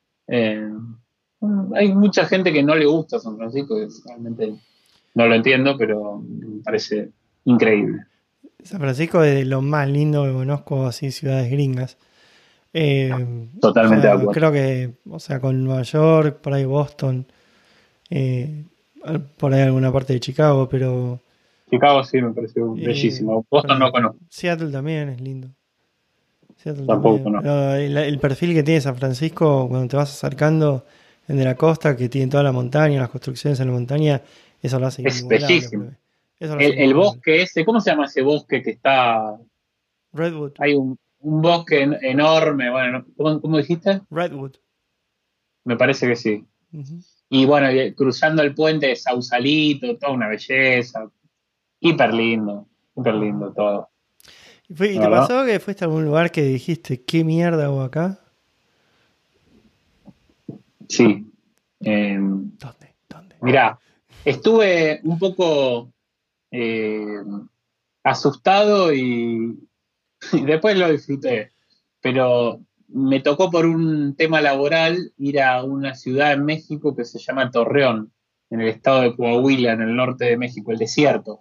Hay mucha gente que no le gusta San Francisco, que realmente no lo entiendo, pero me parece increíble. San Francisco es de lo más lindo que conozco, así, ciudades gringas. Totalmente de acuerdo. Creo que, o sea, con Nueva York, por ahí Boston, por ahí alguna parte de Chicago, pero... Chicago sí me pareció bellísimo. Boston no conozco. Seattle también es lindo. Tampoco conozco. El perfil que tiene San Francisco cuando te vas acercando en de la costa, que tiene toda la montaña, las construcciones en la montaña, eso lo hace es bellísimo. El bosque ese, ¿cómo se llama ese bosque que está? Redwood. Hay un bosque enorme, bueno, ¿cómo dijiste? Redwood. Me parece que sí. Uh-huh. Y bueno, cruzando el puente de Sausalito, toda una belleza. Hiper lindo todo. ¿Y te pasó que fuiste a algún lugar que dijiste, qué mierda hago acá? Sí. ¿Dónde? Mirá, estuve un poco asustado y después lo disfruté, pero me tocó por un tema laboral ir a una ciudad en México que se llama Torreón, en el estado de Coahuila, en el norte de México, el desierto.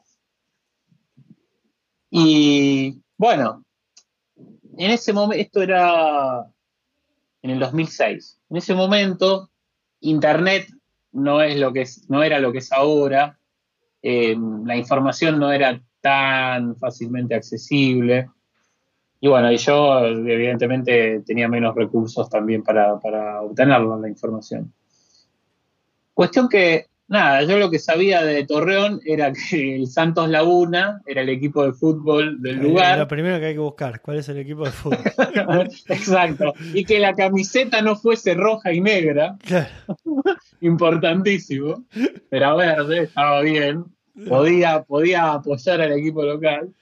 Y bueno, en ese momento, esto era en el 2006, en ese momento Internet no era lo que es ahora, la información no era tan fácilmente accesible. Y bueno, y yo evidentemente tenía menos recursos también para obtenerlo, la información. Cuestión que, nada, yo lo que sabía de Torreón era que el Santos Laguna era el equipo de fútbol del lugar. Lo primero que hay que buscar, ¿cuál es el equipo de fútbol? Exacto. Y que la camiseta no fuese roja y negra. Claro. Importantísimo. Era verde, estaba bien. Podía apoyar al equipo local.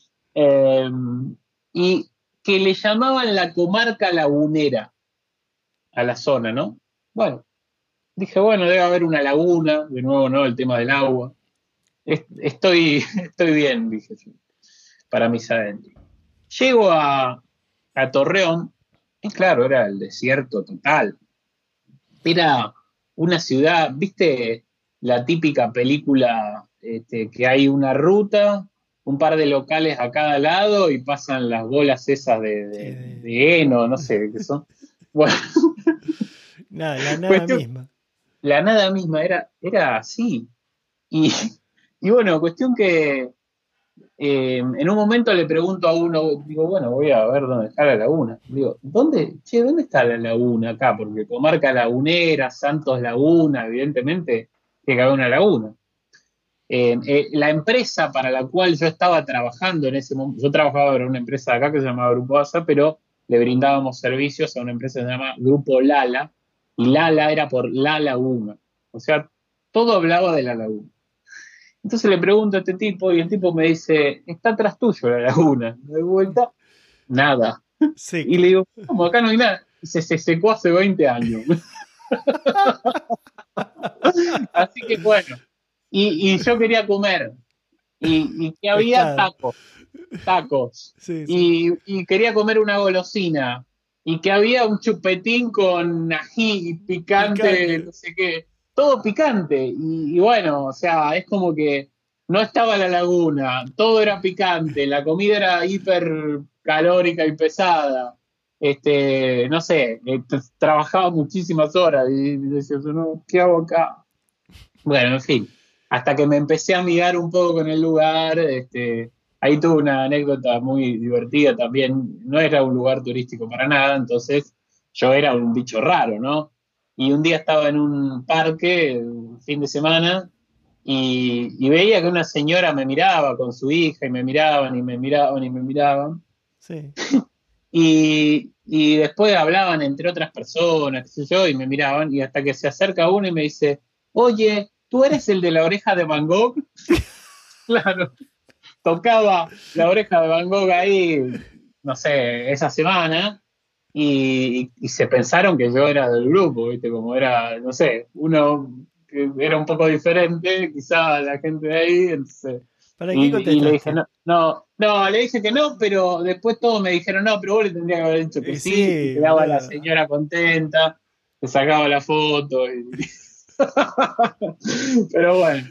Y que le llamaban la comarca lagunera a la zona, ¿no? Bueno, dije, bueno, debe haber una laguna, de nuevo, ¿no? El tema del agua. Estoy bien, dije yo, para mis adentros. Llego a Torreón, y claro, era el desierto total. Era una ciudad, ¿viste la típica película que hay una ruta, un par de locales a cada lado y pasan las bolas esas de heno, no sé qué son? Bueno, la nada misma. La nada misma, era así. Y bueno, cuestión que en un momento le pregunto a uno, digo, bueno, voy a ver dónde está la laguna. Digo, ¿dónde está la laguna acá? Porque comarca lagunera, Santos Laguna, evidentemente tiene que haber una laguna. La empresa para la cual yo estaba trabajando en ese momento, yo trabajaba en una empresa de acá que se llamaba Grupo ASA, pero le brindábamos servicios a una empresa que se llama Grupo Lala, y Lala era por La Laguna. O sea, todo hablaba de la laguna. Entonces le pregunto a este tipo y el tipo me dice, está atrás tuyo la laguna. Me doy vuelta, nada. Sí. Y le digo, ¿cómo? Acá no hay nada. Se secó hace 20 años. Así que bueno. Y yo quería comer. Y que había tacos. Sí. Y quería comer una golosina. Y que había un chupetín con ají picante, no sé qué. Todo picante. Y bueno, o sea, es como que no estaba la laguna, todo era picante, la comida era hiper calórica y pesada. No sé, trabajaba muchísimas horas y decía, no, ¿qué hago acá? Bueno, en fin, hasta que me empecé a amigar un poco con el lugar, ahí tuve una anécdota muy divertida también. No era un lugar turístico para nada, entonces yo era un bicho raro, ¿no? Y un día estaba en un parque, un fin de semana, y veía que una señora me miraba con su hija y me miraban y me miraban y me miraban. Sí. Y después hablaban entre otras personas, qué sé yo, y me miraban, y hasta que se acerca uno y me dice, oye, ¿tú eres el de la oreja de Van Gogh? Claro, tocaba la oreja de Van Gogh ahí, no sé, esa semana, y se pensaron que yo era del grupo, ¿viste? Como era, no sé, uno que era un poco diferente, quizá la gente de ahí, entonces... ¿Para qué contestaste? Y le dije, no, le dije que no, pero después todos me dijeron, no, pero vos le tendrías que haber dicho que sí, y quedaba la señora contenta, se sacaba la foto, pero bueno,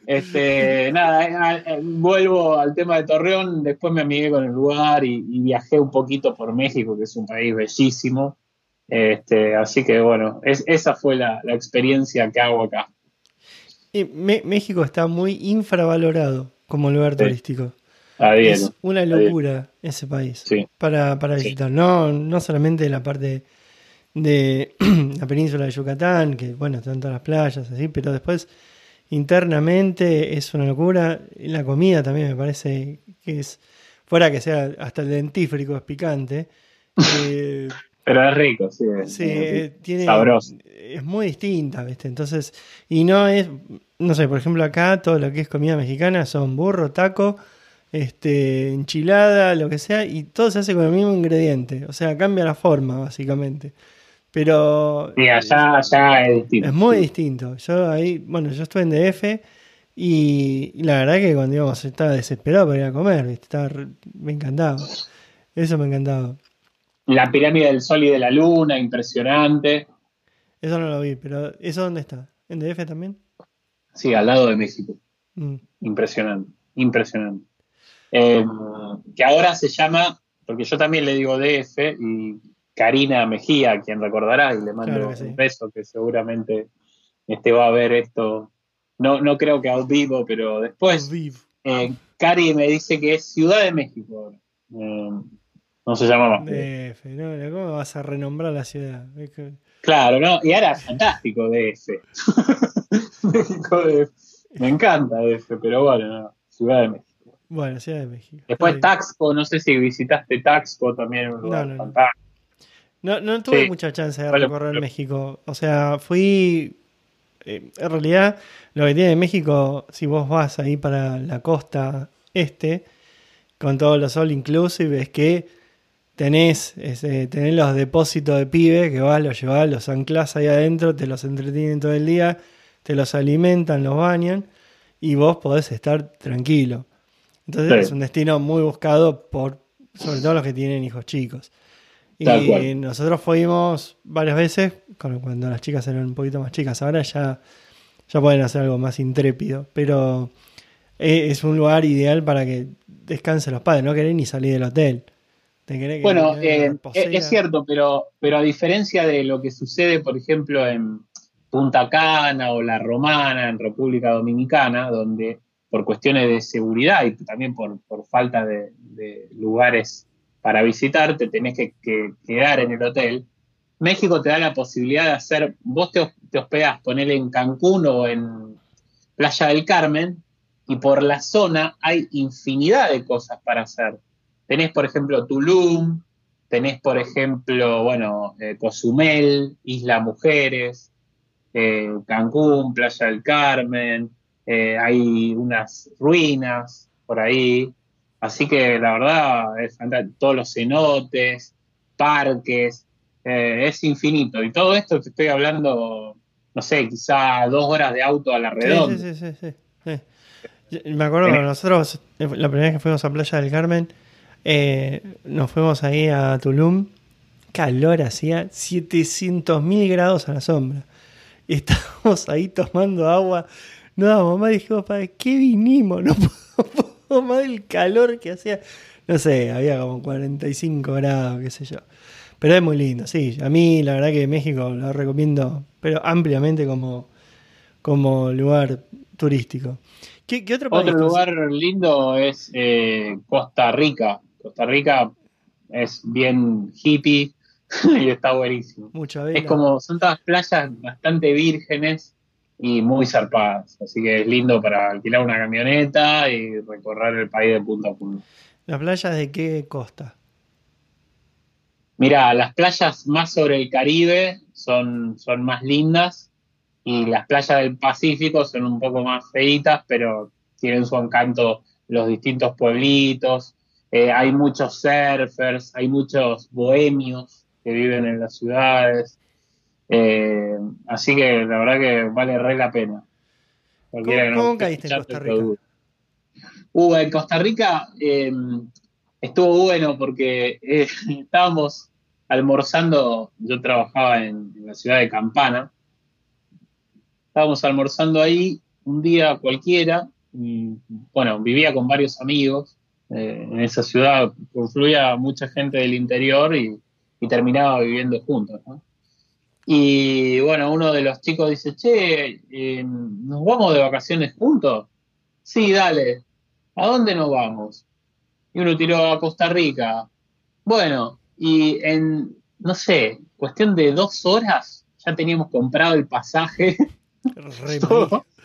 nada, vuelvo al tema de Torreón, después me amigué con el lugar y viajé un poquito por México, que es un país bellísimo, así que bueno, esa fue la experiencia que hago acá. México está muy infravalorado como lugar turístico. Es una locura ese país para visitar. No solamente la parte de la península de Yucatán, que bueno, están todas las playas, así, pero después internamente es una locura. La comida también me parece que es, fuera que sea hasta el dentífrico, es picante. Pero es rico, sí. Sí, Sabroso. es muy distinta, ¿viste? Entonces, y no es, no sé, por ejemplo acá todo lo que es comida mexicana son burro, taco, enchilada, lo que sea, y todo se hace con el mismo ingrediente. O sea, cambia la forma, básicamente. Pero Sí, allá es es distinto. muy Sí. distinto. Yo ahí, bueno, yo estuve en DF y la verdad que cuando íbamos estaba desesperado para ir a comer, ¿viste? Me encantaba. Eso me encantaba. La pirámide del Sol y de la Luna, impresionante. Eso no lo vi, pero ¿eso dónde está? ¿En DF también? Sí, al lado de México. Mm, Impresionante, impresionante. Eh, que ahora se llama, porque yo también le digo DF, y Karina Mejía, a quien recordará, y le claro mando que un sí. beso, que seguramente va a ver esto. No, no creo que a vivo, pero después. Aviv. Cari me dice que es Ciudad de México ahora. No se llama más DF. DF, ¿no? ¿Cómo vas a renombrar la ciudad? Claro, ¿no? Y ahora es fantástico DF. México DF. Me encanta DF, pero bueno, no, Ciudad de México. Bueno, Ciudad de México. Está Después bien. Taxco, no sé si visitaste Taxco, también un No, lugar no, no. fantástico. No tuve Sí, mucha chance de vale recorrer México. O sea, fui. En realidad, lo que tiene México, si vos vas ahí para la costa este, con todos los all inclusive, es que tenés los depósitos de pibe que vas, los llevás, los anclás ahí adentro, te los entretienen todo el día, te los alimentan, los bañan y vos podés estar tranquilo. Entonces es un sí, destino muy buscado por, sobre todo los que tienen hijos chicos. tal cual. Y nosotros fuimos varias veces cuando las chicas eran un poquito más chicas. Ahora ya pueden hacer algo más intrépido, pero es un lugar ideal para que descansen los padres. No querés ni salir del hotel. Te querés Bueno, quedar en la es reposera. cierto, pero a diferencia de lo que sucede, por ejemplo, en Punta Cana o La Romana, en República Dominicana, donde por cuestiones de seguridad y también por falta de lugares para visitar, te tenés que quedar en el hotel. México te da la posibilidad de hacer, vos te hospedás, ponele en Cancún o en Playa del Carmen, y por la zona hay infinidad de cosas para hacer. Tenés, por ejemplo, Tulum, tenés, por ejemplo, bueno, Cozumel, Isla Mujeres, Cancún, Playa del Carmen, hay unas ruinas por ahí. Así que la verdad es fantástico. Todos los cenotes, parques, es infinito. Y todo esto te estoy hablando, no sé, quizá 2 horas de auto a la Sí, sí, redonda. sí, sí, sí. Sí. Me acuerdo que Tenés- nosotros, la primera vez que fuimos a Playa del Carmen, nos fuimos ahí a Tulum. Calor hacía 700.000 grados a la sombra. Y estábamos ahí tomando agua. No dábamos más, dijimos, ¿para qué vinimos? No puedo más del calor que hacía. No sé, había como 45 grados, qué sé yo. Pero es muy lindo, sí. A mí la verdad que México lo recomiendo, pero ampliamente como lugar turístico. ¿Qué otro país? Otro lugar lindo es Costa Rica. Costa Rica es bien hippie y está buenísimo. Mucha Es vela. como, son todas playas bastante vírgenes y muy zarpadas, así que es lindo para alquilar una camioneta y recorrer el país de punta a punta. ¿Las playas de qué costa? Mira, las playas más sobre el Caribe son más lindas y las playas del Pacífico son un poco más feitas, pero tienen su encanto los distintos pueblitos. Hay muchos surfers, hay muchos bohemios que viven en las ciudades. Eh, Así que la verdad que vale re la pena. Cualquiera ¿Cómo, que no cómo esté caíste en escuchando Costa esto Rica? dude. En Costa Rica estuvo bueno porque estábamos almorzando, yo trabajaba en la ciudad de Campana, estábamos almorzando ahí un día cualquiera, y, bueno, vivía con varios amigos, en esa ciudad confluía mucha gente del interior y terminaba viviendo juntos, ¿no? Y bueno, uno de los chicos dice, che, ¿nos vamos de vacaciones juntos? Sí, dale. ¿A dónde nos vamos? Y uno tiró a Costa Rica. Bueno, y en, no sé, cuestión de 2 horas ya teníamos comprado el pasaje, Re todo. manija.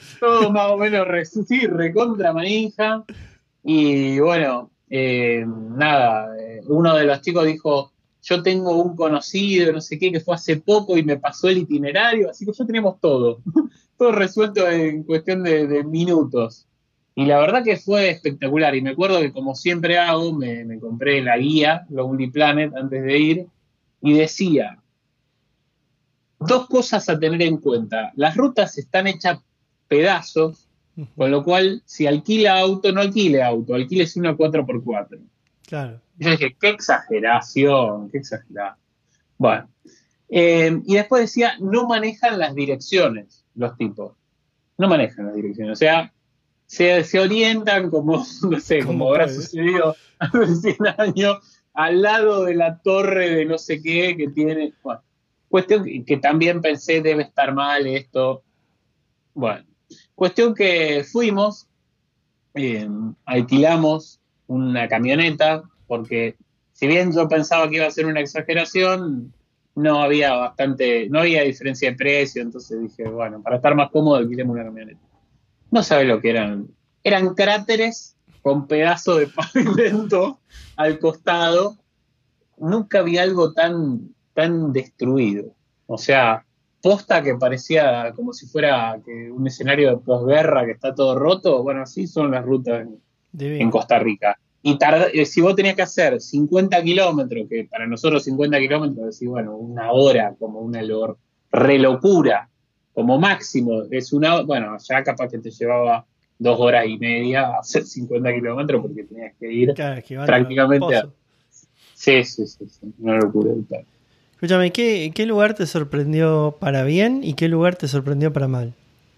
todo más o menos, sí, recontra manija. Y bueno, nada, uno de los chicos dijo, yo tengo un conocido, no sé qué, que fue hace poco y me pasó el itinerario, así que ya tenemos todo, todo resuelto en cuestión de minutos. Y la verdad que fue espectacular. Y me acuerdo que como siempre hago, me compré la guía, Lonely Planet, antes de ir, y decía, dos cosas a tener en cuenta. Las rutas están hechas pedazos, con lo cual, si alquila auto, no alquile auto, alquiles una 4x4. Claro. Y yo dije, qué exageración, qué exageración. Bueno, y después decía, no manejan las direcciones, los tipos. No manejan las direcciones. O sea, se orientan como, no sé, como habrá sucedido hace 100 años, al lado de la torre de no sé qué que tiene. Bueno, cuestión que también pensé, debe estar mal esto. Bueno, cuestión que fuimos, alquilamos una camioneta, porque si bien yo pensaba que iba a ser una exageración, no había diferencia de precio, entonces dije, bueno, para estar más cómodo alquilemos una camioneta. No sabes lo que eran. Eran cráteres con pedazos de pavimento al costado. Nunca vi algo tan destruido. O sea, posta que parecía como si fuera un escenario de posguerra que está todo roto. Bueno, así son las rutas en Costa Rica. Y si vos tenías que hacer 50 kilómetros, que para nosotros 50 kilómetros, decís, bueno, una hora, como una relocura, como máximo, bueno, ya capaz que te llevaba 2 horas y media a hacer 50 kilómetros porque tenías que ir prácticamente a... Sí, una locura. Escúchame, ¿qué lugar te sorprendió para bien y qué lugar te sorprendió para mal?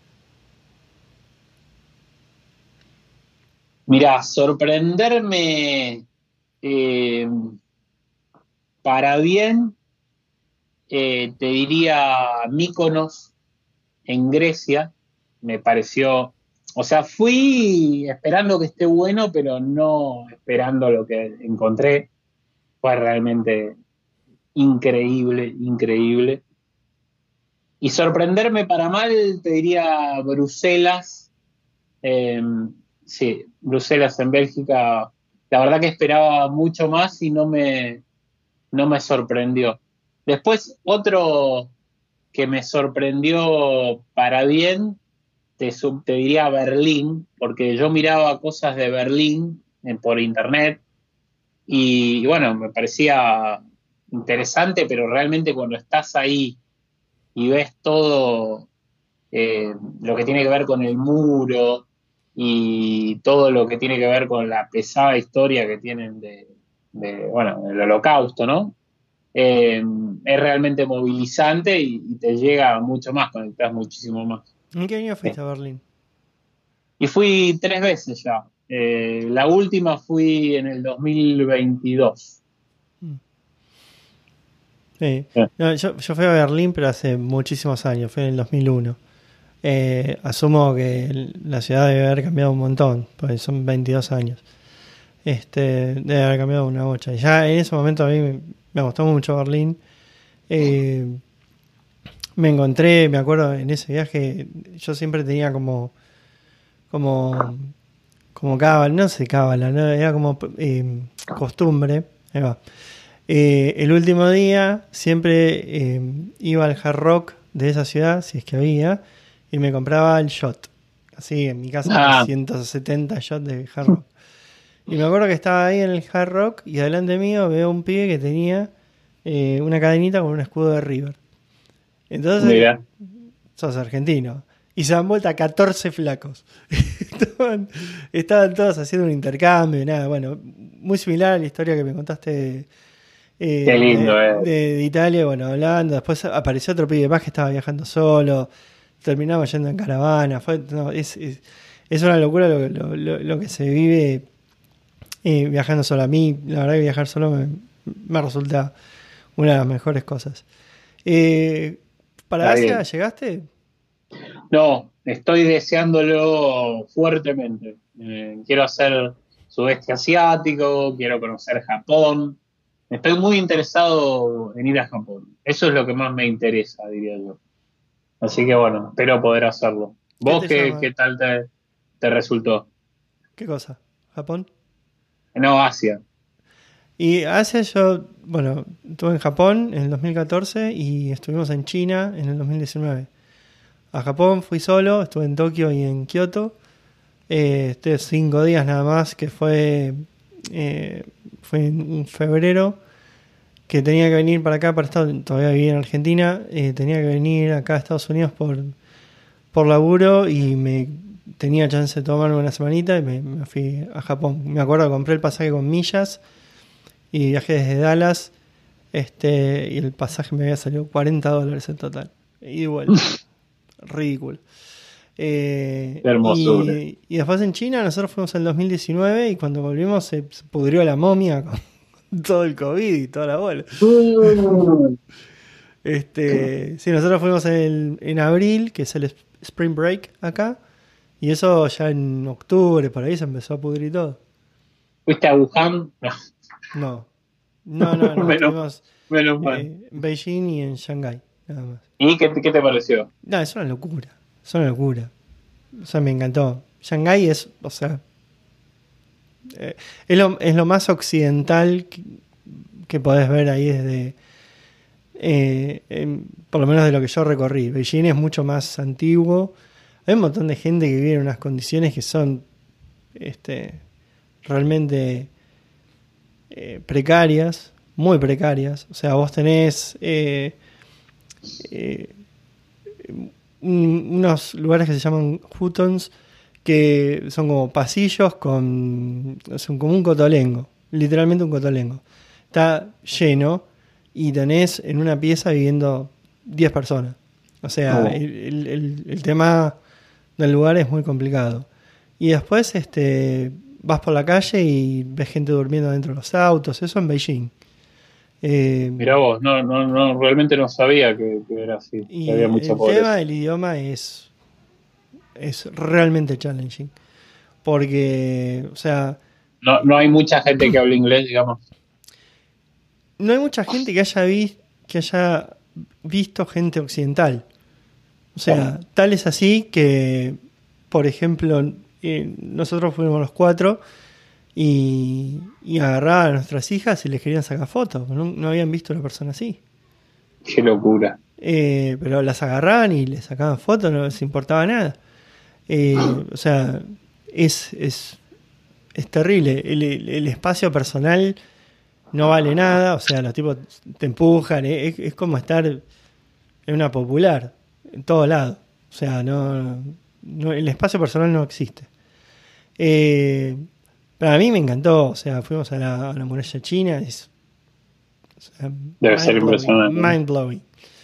Mirá, sorprenderme para bien, te diría Mykonos en Grecia, me pareció, o sea, fui esperando que esté bueno, pero no esperando lo que encontré. Fue realmente increíble, increíble. Y sorprenderme para mal, te diría Bruselas. Sí, Bruselas en Bélgica. La verdad que esperaba mucho más y no me sorprendió. Después, otro que me sorprendió para bien, te diría Berlín, porque yo miraba cosas de Berlín por internet y bueno, me parecía interesante, pero realmente cuando estás ahí y ves todo lo que tiene que ver con el muro y todo lo que tiene que ver con la pesada historia que tienen bueno, del Holocausto, ¿no? Es realmente movilizante y te llega mucho más, conectas muchísimo más. ¿En qué año fuiste a Berlín? Y fui 3 veces ya. La última fui en el 2022. Sí. No, yo fui a Berlín, pero hace muchísimos años, fue en el 2001. Asumo que la ciudad debe haber cambiado un montón, porque son 22 años. Debe haber cambiado una bocha. Y ya en ese momento a mí me gustó mucho Berlín. Me encontré, me acuerdo, en ese viaje, yo siempre tenía como cábala, no sé cábala, ¿no? Era como costumbre. Ahí va. El último día siempre iba al Hard Rock de esa ciudad, si es que había, y me compraba el shot. Así en mi casa 170 shots de Hard Rock. Y me acuerdo que estaba ahí en el Hard Rock y adelante mío veo un pibe que tenía una cadenita con un escudo de River. Entonces, mira, sos argentino. Y se dan vuelta 14 flacos. estaban todos haciendo un intercambio y nada. Bueno, muy similar a la historia que me contaste qué lindo, de Italia. Bueno, hablando. Después apareció otro pibe más que estaba viajando solo. Terminamos yendo en caravana. Es una locura lo que se vive viajando solo. A mí, la verdad que viajar solo me resulta una de las mejores cosas. ¿Para Asia llegaste? No, estoy deseándolo fuertemente. Quiero hacer sudeste asiático, quiero conocer Japón. Estoy muy interesado en ir a Japón. Eso es lo que más me interesa, diría yo. Así que bueno, espero poder hacerlo. ¿Vos qué tal te resultó? ¿Qué cosa? ¿Japón? No, Asia. Y Asia yo, bueno, estuve en Japón en el 2014 y estuvimos en China en el 2019. A Japón fui solo, estuve en Tokio y en Kioto. Estuve 5 días nada más, que fue en febrero, que tenía que venir para acá, todavía vivía en Argentina, tenía que venir acá a Estados Unidos por laburo y me tenía chance de tomarme una semanita y me fui a Japón. Me acuerdo que compré el pasaje con millas y viajé desde Dallas, y el pasaje me había salido $40 en total. Y vuelta. Ridículo. Qué hermosura. Y después en China nosotros fuimos en el 2019 y cuando volvimos se pudrió la momia con todo el COVID y toda la bola. Sí, nosotros fuimos en abril, que es el Spring Break acá, y eso ya en octubre, por ahí se empezó a pudrir todo. ¿Fuiste a Wuhan? No. Menos mal. En Beijing y en Shanghái, nada más. ¿Y qué te pareció? No, es una locura. O sea, me encantó. Shanghái es, o sea, es lo más occidental que podés ver ahí desde, por lo menos de lo que yo recorrí. Beijing es mucho más antiguo. Hay un montón de gente que vive en unas condiciones que son realmente precarias, muy precarias. O sea, vos tenés unos lugares que se llaman hutons, que son como pasillos son como un cotolengo, literalmente un cotolengo. Está lleno y tenés en una pieza viviendo 10 personas. O sea, el tema del lugar es muy complicado. Y después vas por la calle y ves gente durmiendo dentro de los autos, eso en Beijing. Mirá vos, no, realmente no sabía que era así, Y que había mucha el pobreza. tema del idioma es realmente challenging. Porque, o sea, No hay mucha gente que hable inglés, digamos. no hay mucha gente que haya visto gente occidental. O sea, tal es así que, por ejemplo, nosotros fuimos los 4 y agarraban a nuestras hijas y les querían sacar fotos. No habían visto a una persona así. Qué locura. Pero las agarraban y les sacaban fotos, no les importaba nada. O sea, es terrible. El espacio personal no vale nada. O sea, los tipos te empujan. Es como estar en una popular, en todo lado. O sea, el espacio personal no existe. Para mí me encantó. O sea, fuimos a la muralla china. Debe ser impresionante. Mind blowing.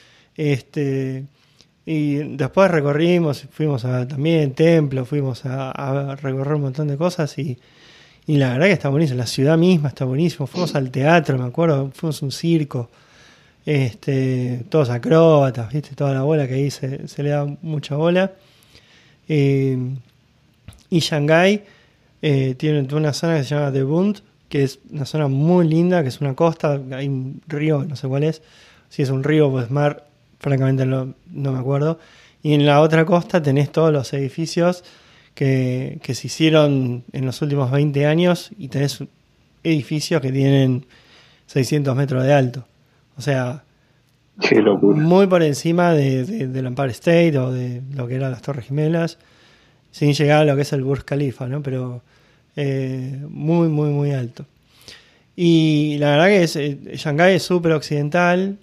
Y después recorrimos, fuimos también templo, fuimos a recorrer un montón de cosas y la verdad que está buenísimo. La ciudad misma está buenísimo. Fuimos al teatro, me acuerdo, fuimos a un circo, todos acróbatas, ¿viste? Toda la bola que ahí se le da mucha bola. Y Shanghái tiene una zona que se llama The Bund, que es una zona muy linda, que es una costa, hay un río, no sé cuál es, si es un río o es mar, francamente no me acuerdo. Y en la otra costa tenés todos los edificios que se hicieron en los últimos 20 años y tenés edificios que tienen 600 metros de alto. O sea, qué locura. Muy por encima del Empire State o de lo que eran las Torres Gemelas, sin llegar a lo que es el Burj Khalifa, ¿no? Pero muy, muy, muy alto. Y la verdad que Shanghái es súper occidental,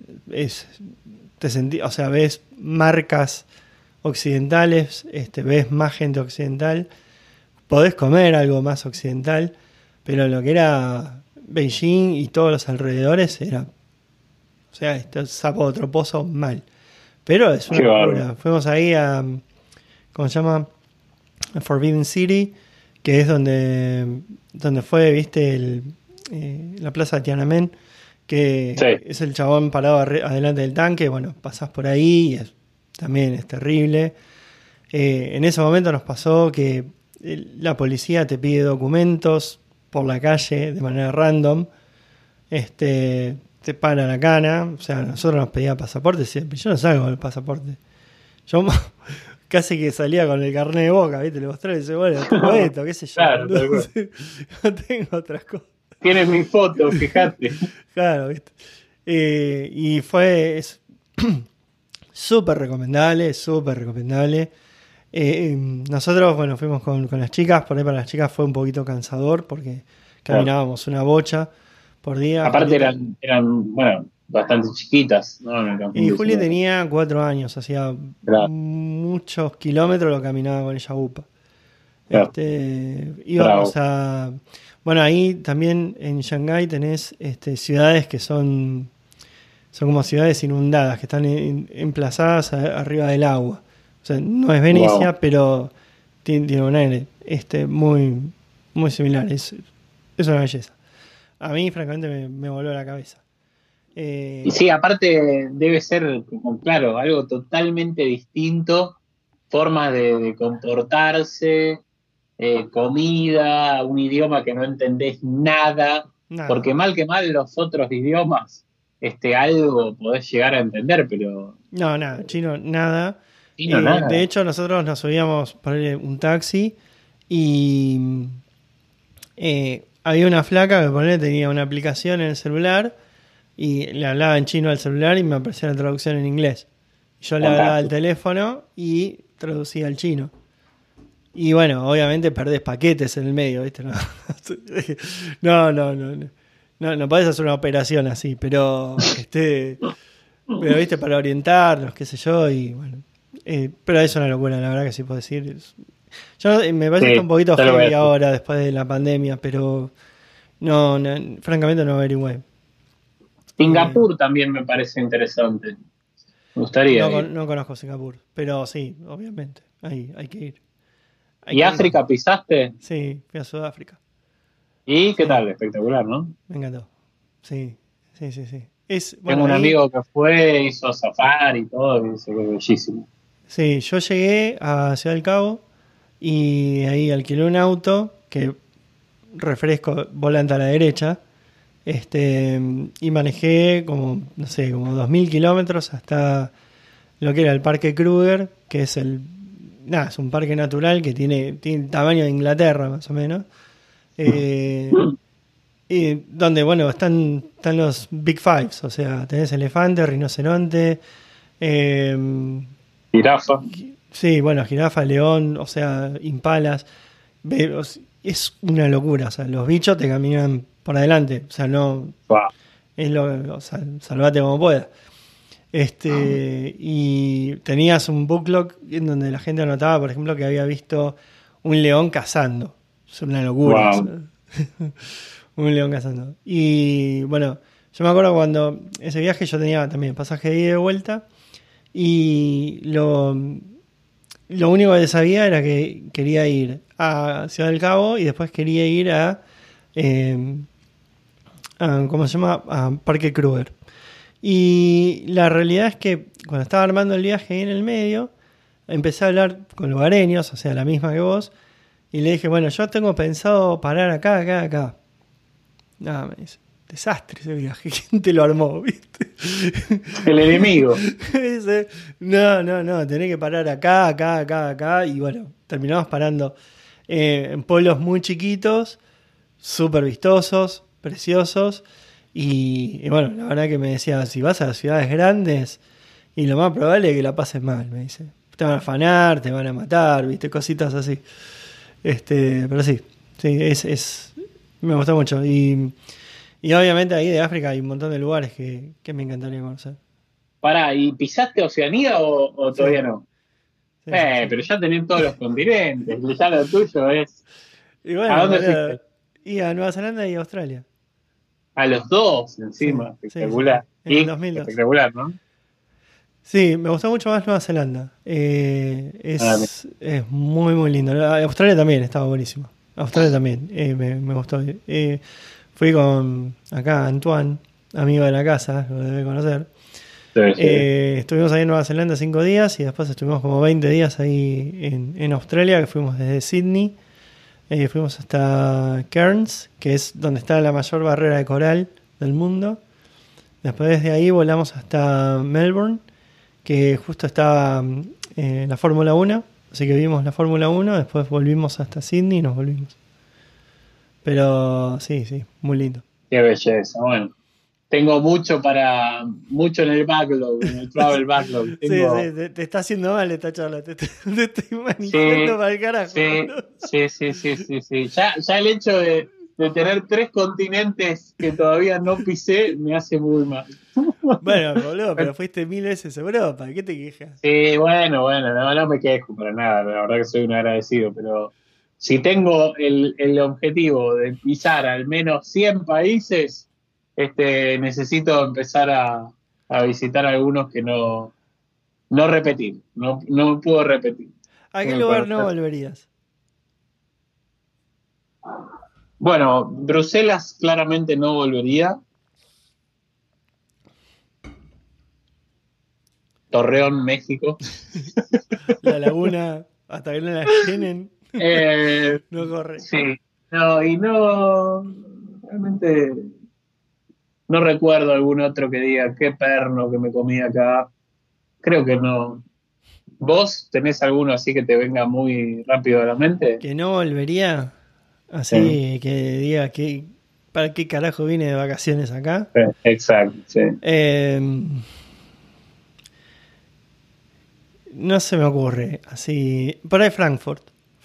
o sea, ves marcas occidentales, ves más gente occidental, podés comer algo más occidental, pero lo que era Beijing y todos los alrededores era, o sea, este sapo de otro pozo mal. Pero es una locura. Fuimos ahí a, ¿cómo se llama? A Forbidden City, que es donde fue, viste, la plaza de Tiananmen, que sí, es el chabón parado adelante del tanque. Bueno, pasás por ahí y también es terrible. En ese momento nos pasó que la policía te pide documentos por la calle de manera random, te para la cana. O sea, nosotros nos pedía pasaporte, yo no salgo con el pasaporte. Yo casi que salía con el carnet de Boca, ¿viste? Le mostraba y dice, bueno, tengo esto, qué sé yo. Claro, no tengo otras cosas. Tienes mi foto, fíjate. Claro, ¿viste? Y fue súper recomendable, súper recomendable. Nosotros, bueno, fuimos con las chicas, por ahí para las chicas fue un poquito cansador porque caminábamos una bocha por día. Aparte eran bueno, bastante chiquitas, ¿no? Y Juli tenía 4 años, hacía muchos kilómetros lo caminaba con ella UPA. Claro. Íbamos a... Bueno, ahí también en Shanghái tenés ciudades que son como ciudades inundadas, que están emplazadas arriba del agua. O sea, no es Venecia, pero tiene un aire muy, muy similar. Es una belleza. A mí, francamente, me voló la cabeza. Y sí, aparte debe ser, como, claro, algo totalmente distinto, formas de comportarse, comida, un idioma que no entendés nada, porque mal que mal los otros idiomas, algo podés llegar a entender, pero... No, nada, chino, nada. Nada. De hecho, nosotros nos subíamos por un taxi y había una flaca que tenía una aplicación en el celular y le hablaba en chino al celular y me aparecía la traducción en inglés. Yo le hablaba al teléfono y traducía al chino. Y bueno, obviamente perdés paquetes en el medio, ¿viste? No podés hacer una operación así, pero ¿viste? Para orientarnos, qué sé yo, y bueno. Pero es una locura, la verdad que sí puedo decir. Me parece que está un poquito heavy ahora, después de la pandemia, pero francamente no averigüé. Singapur también me parece interesante. Me gustaría ir. No conozco Singapur, pero sí, obviamente, hay que ir. ¿Y África pisaste? Sí, fui a Sudáfrica. ¿Y qué tal? Espectacular, ¿no? Me encantó. Sí. Tengo un amigo que fue, hizo safari y todo, y dice que es bellísimo. Sí, yo llegué a Ciudad del Cabo y ahí alquilé un auto que refresco volante a la derecha. Y manejé como 2.000 kilómetros hasta lo que era el Parque Kruger, que es es un parque natural que tiene el tamaño de Inglaterra, más o menos. Y donde, bueno, están los Big Fives, o sea, tenés elefante, rinoceronte, jirafa. Sí, bueno, jirafa, león, o sea, impalas. Es una locura, o sea, los bichos te caminan por adelante, o sea, no... Wow. O sea, salvate como puedas. Y tenías un booklog en donde la gente anotaba, por ejemplo, que había visto un león cazando. Es una locura. Wow. O sea, un león cazando. Y bueno, yo me acuerdo cuando ese viaje yo tenía también pasaje de ida y de vuelta. Y lo único que sabía era que quería ir a Ciudad del Cabo y después quería ir a ¿cómo se llama? A Parque Kruger. Y la realidad es que cuando estaba armando el viaje ahí en el medio, empecé a hablar con lugareños, o sea, la misma que vos, y le dije, bueno, yo tengo pensado parar acá. Nada, me dice, desastre ese viaje, ¿quién te lo armó? ¿Viste? El enemigo. Dice, no, tenés que parar acá, y bueno, terminamos parando en pueblos muy chiquitos, súper vistosos, preciosos, y bueno, la verdad que me decía, si vas a las ciudades grandes, y lo más probable es que la pases mal, me dice. Te van a afanar, te van a matar, viste, cositas así. Pero sí, me gustó mucho. Y obviamente ahí de África hay un montón de lugares que me encantaría conocer. Pará, ¿y pisaste Oceanía o todavía no? Sí. Pero ya tenés todos los continentes, ya lo tuyo es... Y bueno, ¿a dónde fuiste? Y a Nueva Zelanda y a Australia. A los dos encima, sí, espectacular. Sí. En el 2002. Espectacular, ¿no? Sí, me gustó mucho más Nueva Zelanda. Es muy, muy lindo. Australia también estaba buenísimo. Australia también, me gustó. Fui con acá Antoine, amigo de la casa, lo debe conocer. Sí. Estuvimos ahí en Nueva Zelanda 5 días y después estuvimos como 20 días ahí en Australia, que fuimos desde Sydney. Fuimos hasta Cairns, que es donde está la mayor barrera de coral del mundo. Después desde ahí volamos hasta Melbourne, que justo estaba la Fórmula 1, así que vimos la Fórmula 1, después volvimos hasta Sydney y nos volvimos. Pero sí, muy lindo. Qué belleza, bueno. Tengo mucho en el backlog, en el travel backlog. Tengo... Sí, te está haciendo mal esta charla, te estoy manejando para el carajo. Sí. Ya el hecho de tener 3 continentes que todavía no pisé me hace muy mal. Bueno, boludo, pero fuiste 1000 veces a Europa, ¿qué te quejas? Sí, bueno, no me quejo para nada, la verdad que soy un agradecido, pero si tengo el objetivo de pisar al menos 100 países, necesito empezar a visitar algunos que no repetir, no puedo repetir. ¿A qué lugar no volverías? Bueno, Bruselas claramente no volvería. Torreón, México. La laguna, hasta que no la llenen, no corre. Sí, realmente no recuerdo algún otro que diga qué perno que me comí acá. Creo que no. ¿Vos tenés alguno así que te venga muy rápido a la mente? ¿Que no volvería? Así sí. Que diga que ¿para qué carajo vine de vacaciones acá? Exacto, sí. No se me ocurre. Así. Por ahí Frankfurt.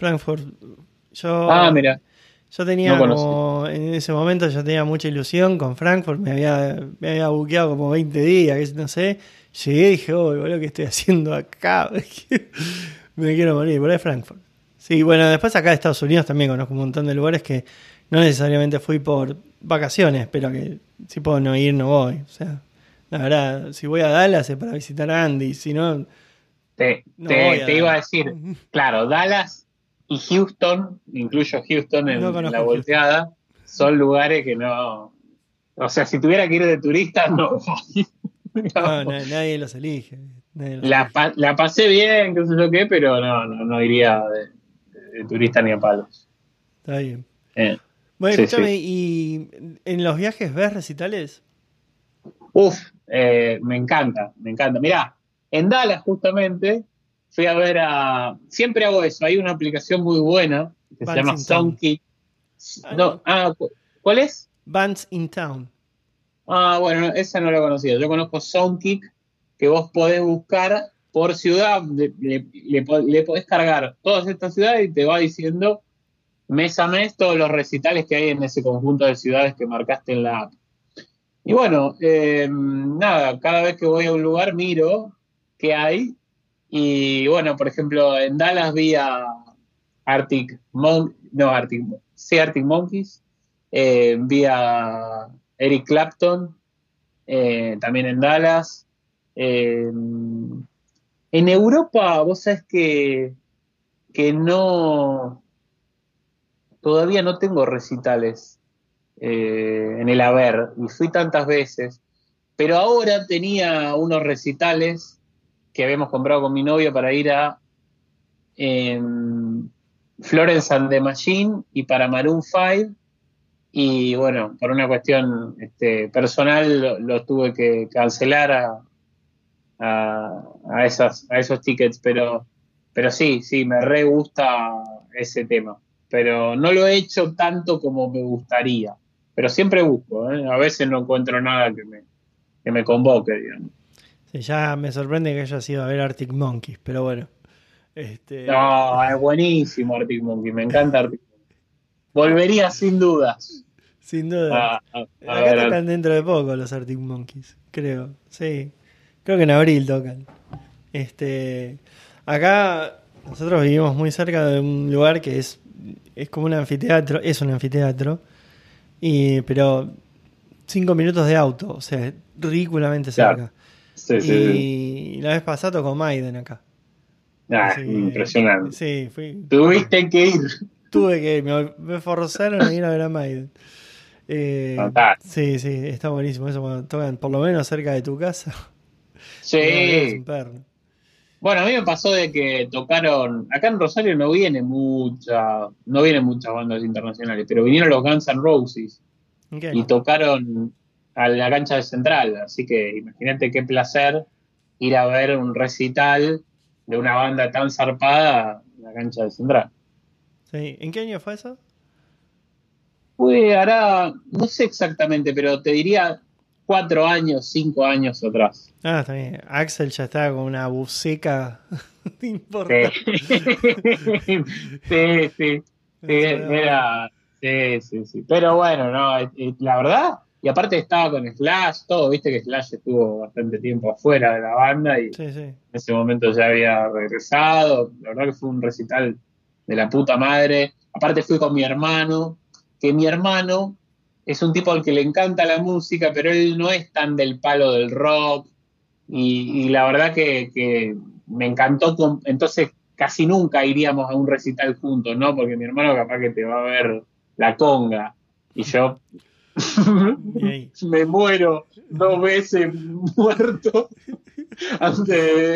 Mira. Yo tenía como. En ese momento yo tenía mucha ilusión con Frankfurt. Me había buqueado como 20 días, no sé. Llegué y dije, boludo, ¿qué estoy haciendo acá? Me quiero morir. Por ahí Frankfurt. Sí, bueno, después acá de Estados Unidos también conozco un montón de lugares que no necesariamente fui por vacaciones, pero que si puedo no ir, no voy. O sea, la verdad, si voy a Dallas es para visitar a Andy, si no... Te iba a decir, claro, Dallas y Houston, incluyo Houston en la volteada, son lugares que no... O sea, si tuviera que ir de turista, no voy. No, nadie los elige. La pasé bien, qué sé yo qué, pero no iría de turista ni a palos. Está bien. Bueno, escúchame, sí. ¿Y en los viajes ves recitales? Me encanta. Mirá, en Dallas justamente fui a ver siempre hago eso, hay una aplicación muy buena que se llama Soundkick. ¿Cuál es? Bands in Town. Bueno, esa no la conocía. Yo conozco Soundkick, que vos podés buscar por ciudad, le podés cargar todas estas ciudades y te va diciendo mes a mes todos los recitales que hay en ese conjunto de ciudades que marcaste en la app. Y bueno, nada, cada vez que voy a un lugar miro qué hay. Y bueno, por ejemplo, en Dallas vi a Arctic Monkeys, vi a Eric Clapton, también en Dallas. En Europa, vos sabés que todavía no tengo recitales en el haber, y fui tantas veces, pero ahora tenía unos recitales que habíamos comprado con mi novio para ir a Florence and the Machine y para Maroon 5, y bueno, por una cuestión personal lo tuve que cancelar a esos tickets, pero sí, me re gusta ese tema, pero no lo he hecho tanto como me gustaría, pero siempre busco, a veces no encuentro nada que me convoque, digamos. Sí, ya me sorprende que hayas ido a ver Arctic Monkeys, pero bueno. No, es buenísimo Arctic Monkeys, me encanta Arctic Monkeys. Volvería sin dudas. Sin duda. Acá tocan dentro de poco los Arctic Monkeys, creo. Sí. Creo que en abril tocan. Acá nosotros vivimos muy cerca de un lugar que es como un anfiteatro. Es un anfiteatro. Pero 5 minutos de auto. O sea, es ridículamente cerca. Claro. Sí, y la vez pasada tocó Maiden acá. Impresionante. Sí, Tuviste que ir. Tuve que ir. Me forzaron a ir a ver a Maiden. Sí, está buenísimo eso cuando tocan por lo menos cerca de tu casa. Sí. Es un perno. Bueno, a mí me pasó de que tocaron, acá en Rosario no vienen muchas bandas internacionales, pero vinieron los Guns N' Roses y tocaron a la cancha de Central, así que imagínate qué placer ir a ver un recital de una banda tan zarpada en la cancha de Central. Sí. ¿En qué año fue eso? No sé exactamente, pero te diría 4 años, 5 años atrás. Ah, está bien. Axel ya estaba con una buceca Sí, importante. sí, sí, sí, Eso es bueno. era, sí, sí, sí. Pero bueno, no, la verdad, y aparte estaba con Slash, todo, viste que Slash estuvo bastante tiempo afuera de la banda y en Sí, sí. ese momento ya había regresado. La verdad que fue un recital de la puta madre. Aparte fui con mi hermano, que mi hermano es un tipo al que le encanta la música, pero él no es tan del palo del rock. Y la verdad que me encantó. Entonces casi nunca iríamos a un recital juntos, ¿no? Porque mi hermano capaz que te va a ver la conga. Y yo Y ahí. me muero 2 veces muerto antes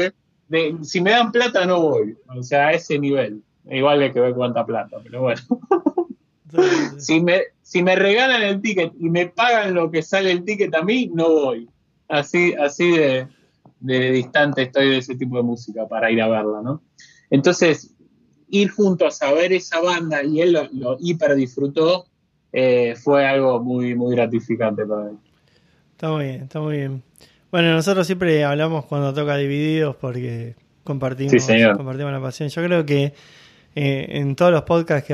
si me dan plata no voy. O sea, a ese nivel. Igual hay que ver cuánta plata, pero bueno. Sí, sí, sí. Si me regalan el ticket y me pagan lo que sale el ticket a mí, no voy. Así de distante estoy de ese tipo de música para ir a verla, ¿no? Entonces, ir juntos a ver esa banda y él lo hiper disfrutó, fue algo muy, muy gratificante para él. Está muy bien, está muy bien. Bueno, nosotros siempre hablamos cuando toca Divididos porque Sí, compartimos, señor. compartimos la pasión. Yo creo que en todos los podcasts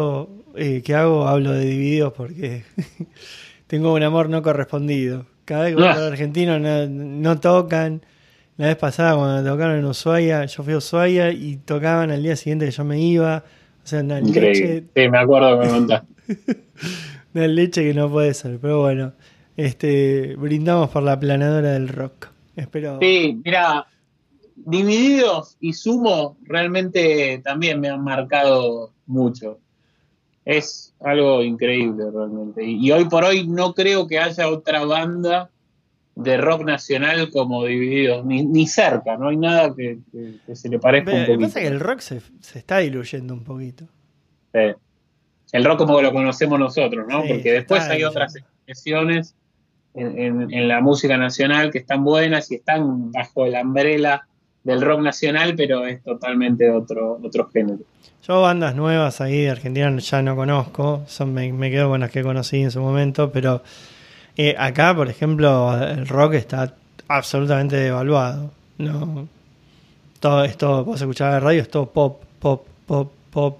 hablo de Divididos porque tengo un amor no correspondido. Cada vez que voy Ah, para Argentina no tocan. La vez pasada cuando tocaron en Ushuaia, yo fui a Ushuaia y tocaban al día siguiente que yo me iba. O sea, increíble. Sí, me acuerdo que me contaste. una leche que no puede ser. Pero bueno, brindamos por la planadora del rock. Espero. Sí, mira, Divididos y Sumo realmente también me han marcado mucho. Es algo increíble realmente. Y hoy por hoy no creo que haya otra banda de rock nacional como Divididos, ni cerca, no hay nada que se le parezca un Pero, pasa poquito. que el rock se está diluyendo un poquito. Eh, el rock como lo conocemos nosotros, ¿no? Sí, Porque se después está hay otras diluyendo. expresiones en la música nacional que están buenas y están bajo la umbrella del rock nacional, pero es totalmente otro género. Yo bandas nuevas ahí de Argentina ya no conozco. Me quedo con las que conocí en su momento. Pero acá, por ejemplo, el rock está absolutamente devaluado. No, todo esto, vos escuchabas la radio, es todo pop, pop, pop, pop.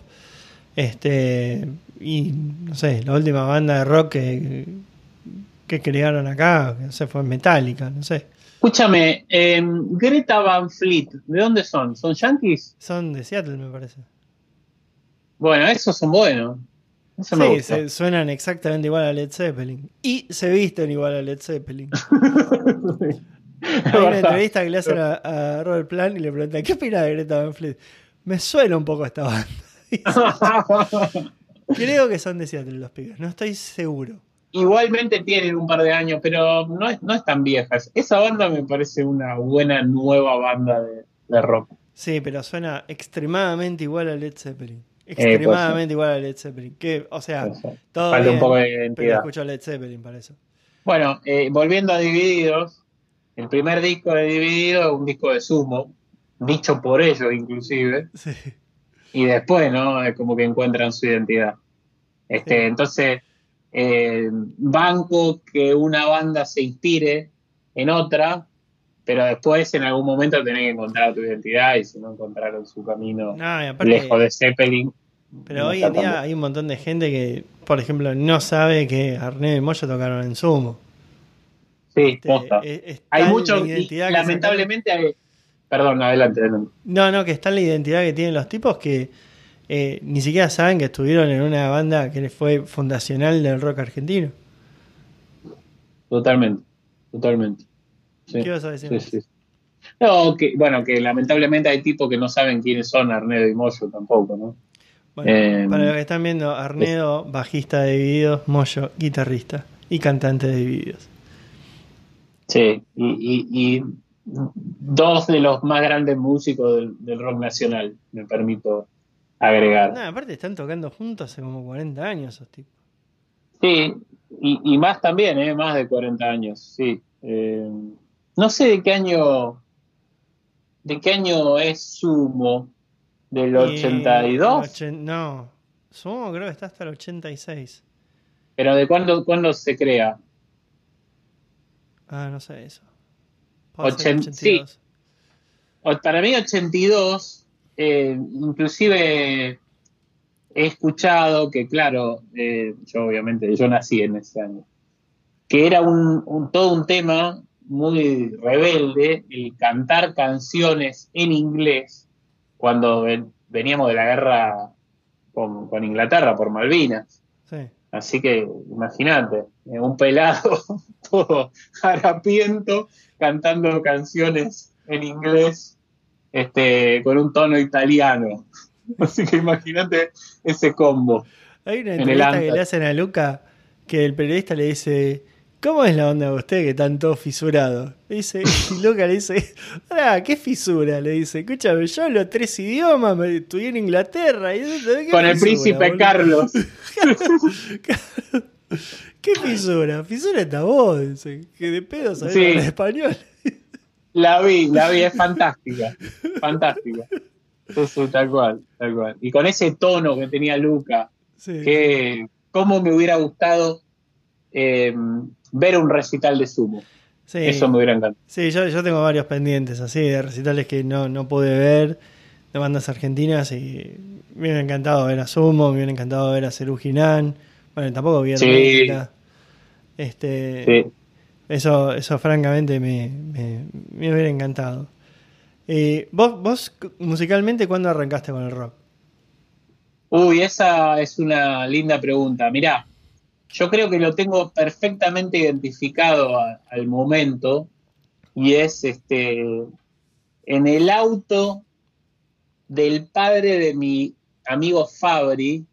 Y no sé, la última banda de rock que crearon acá, no sé, fue Metallica, no sé. Escúchame, Greta Van Fleet, ¿de dónde son? ¿Son yankees? Son de Seattle, me parece. Bueno, esos son buenos. Eso me Sí, gusta. suenan exactamente igual a Led Zeppelin. Y se visten igual a Led Zeppelin. Es Hay una verdad. entrevista que le hacen a Robert Plant y le preguntan, ¿qué opina de Greta Van Fleet? Me suena un poco esta banda. Dice, creo que son de Seattle los pibes, no estoy seguro. Igualmente tienen un par de años, pero no es tan vieja. Esa banda me parece una buena nueva banda de rock. Sí, pero suena extremadamente igual a Led Zeppelin. Pues sí, Extremadamente igual a Led Zeppelin. Que, o sea, pues sí. todo Falta un poco bien, de pero identidad. escucho Led Zeppelin para eso. Bueno, volviendo a Divididos, el primer disco de Divididos es un disco de Sumo, dicho por ellos inclusive, Sí, y después, ¿no? Es como que encuentran su identidad. sí. Entonces, banco que una banda se inspire en otra, pero después en algún momento tenés que encontrar tu identidad y si no encontraron su camino No, y lejos aparte, de Zeppelin, pero no hoy en está tan día bueno. hay un montón de gente que, por ejemplo, no sabe que Arnedo y Moyo tocaron en Sumo. Sí, posta. Es Hay tal la mucho, y identidad que sacaron. lamentablemente, perdón, adelante, adelante. No, que es tal la identidad que tienen los tipos que ni siquiera saben que estuvieron en una banda que fue fundacional del rock argentino. Totalmente, totalmente. ¿Qué Sí, vas a decir sí, vos? sí. No, bueno, que lamentablemente hay tipos que no saben quiénes son Arnedo y Moyo tampoco, ¿no? Bueno, Eh, para los que están viendo, Arnedo, bajista de Divididos, Moyo, guitarrista y cantante de Divididos. sí, y dos de los más grandes músicos del rock nacional, me permito agregar. Nada, aparte están tocando juntos hace como 40 años esos tipos. Sí, y más también, más de 40 años, sí. No sé de qué año, ¿De qué año es Sumo? ¿Del 82? No, Sumo creo que está hasta el 86. ¿Pero de cuándo se crea? Ah, no sé eso. Puede ser el Sí, 82. para mí 82, inclusive he escuchado que, claro, yo obviamente, yo nací en ese año, que era todo un tema muy rebelde el cantar canciones en inglés cuando veníamos de la guerra con Inglaterra por Malvinas. Sí. Así que imagínate, un pelado todo harapiento cantando canciones en inglés con un tono italiano. Así que imagínate ese combo Hay una en el entrevista que ANTA. le hacen a Luca que el periodista le dice: ¿cómo es la onda de usted que están todos fisurados? Y Luca le dice: ¿qué fisura? Le dice: escúchame, yo hablo 3 idiomas, me estudié en Inglaterra. ¿Qué Con el fisura, príncipe boludo? Carlos. ¿Qué fisura? Fisura está vos, dice, que de pedo sabés hablar Sí, español. la vi, es fantástica. Fantástica. Sí, sí, tal cual, tal cual. Y con ese tono que tenía Luca, Sí, sí. que cómo me hubiera gustado ver un recital de Sumo. Eso me Sí, hubiera encantado. sí, yo tengo varios pendientes así de recitales que no pude ver, de bandas argentinas, y me hubiera encantado ver a Sumo, me hubiera encantado ver a Serú Girán, bueno, tampoco vi Sí, Hermética. Este, sí. eso francamente me hubiera encantado. ¿Vos musicalmente cuándo arrancaste con el rock? Uy, esa es una linda pregunta. Mirá, yo creo que lo tengo perfectamente identificado al momento y es en el auto del padre de mi amigo Fabri,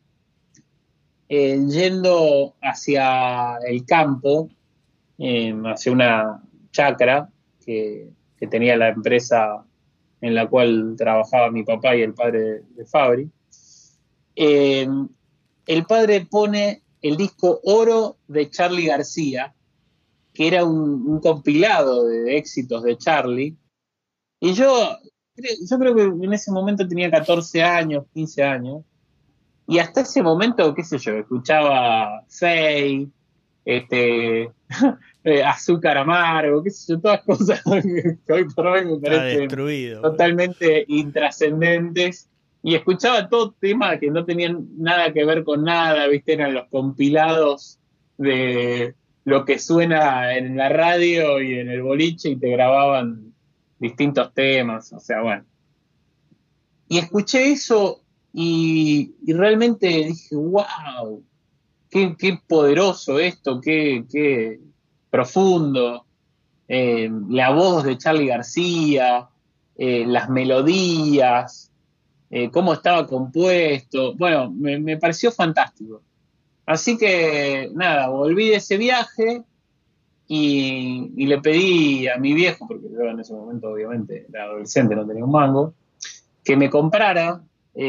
yendo hacia el campo, hacia una chacra que tenía la empresa en la cual trabajaba mi papá y el padre de Fabri. Eh, el padre pone el disco Oro de Charly García, que era un compilado de éxitos de Charly, y yo creo que en ese momento tenía 14 años, 15 años, y hasta ese momento, qué sé yo, escuchaba Fey, este, Azúcar Amargo, qué sé yo, todas cosas que hoy por hoy me Está parecen destruido, boludo. totalmente intrascendentes. Y escuchaba todo temas que no tenían nada que ver con nada, ¿viste? Eran los compilados de lo que suena en la radio y en el boliche y te grababan distintos temas, o sea, bueno. Y escuché eso y realmente dije, wow, qué poderoso esto, qué profundo. La voz de Charly García, las melodías, cómo estaba compuesto. Bueno, me pareció fantástico. Así que nada, volví de ese viaje y le pedí a mi viejo, porque yo en ese momento obviamente era adolescente, no tenía un mango, que me comprara.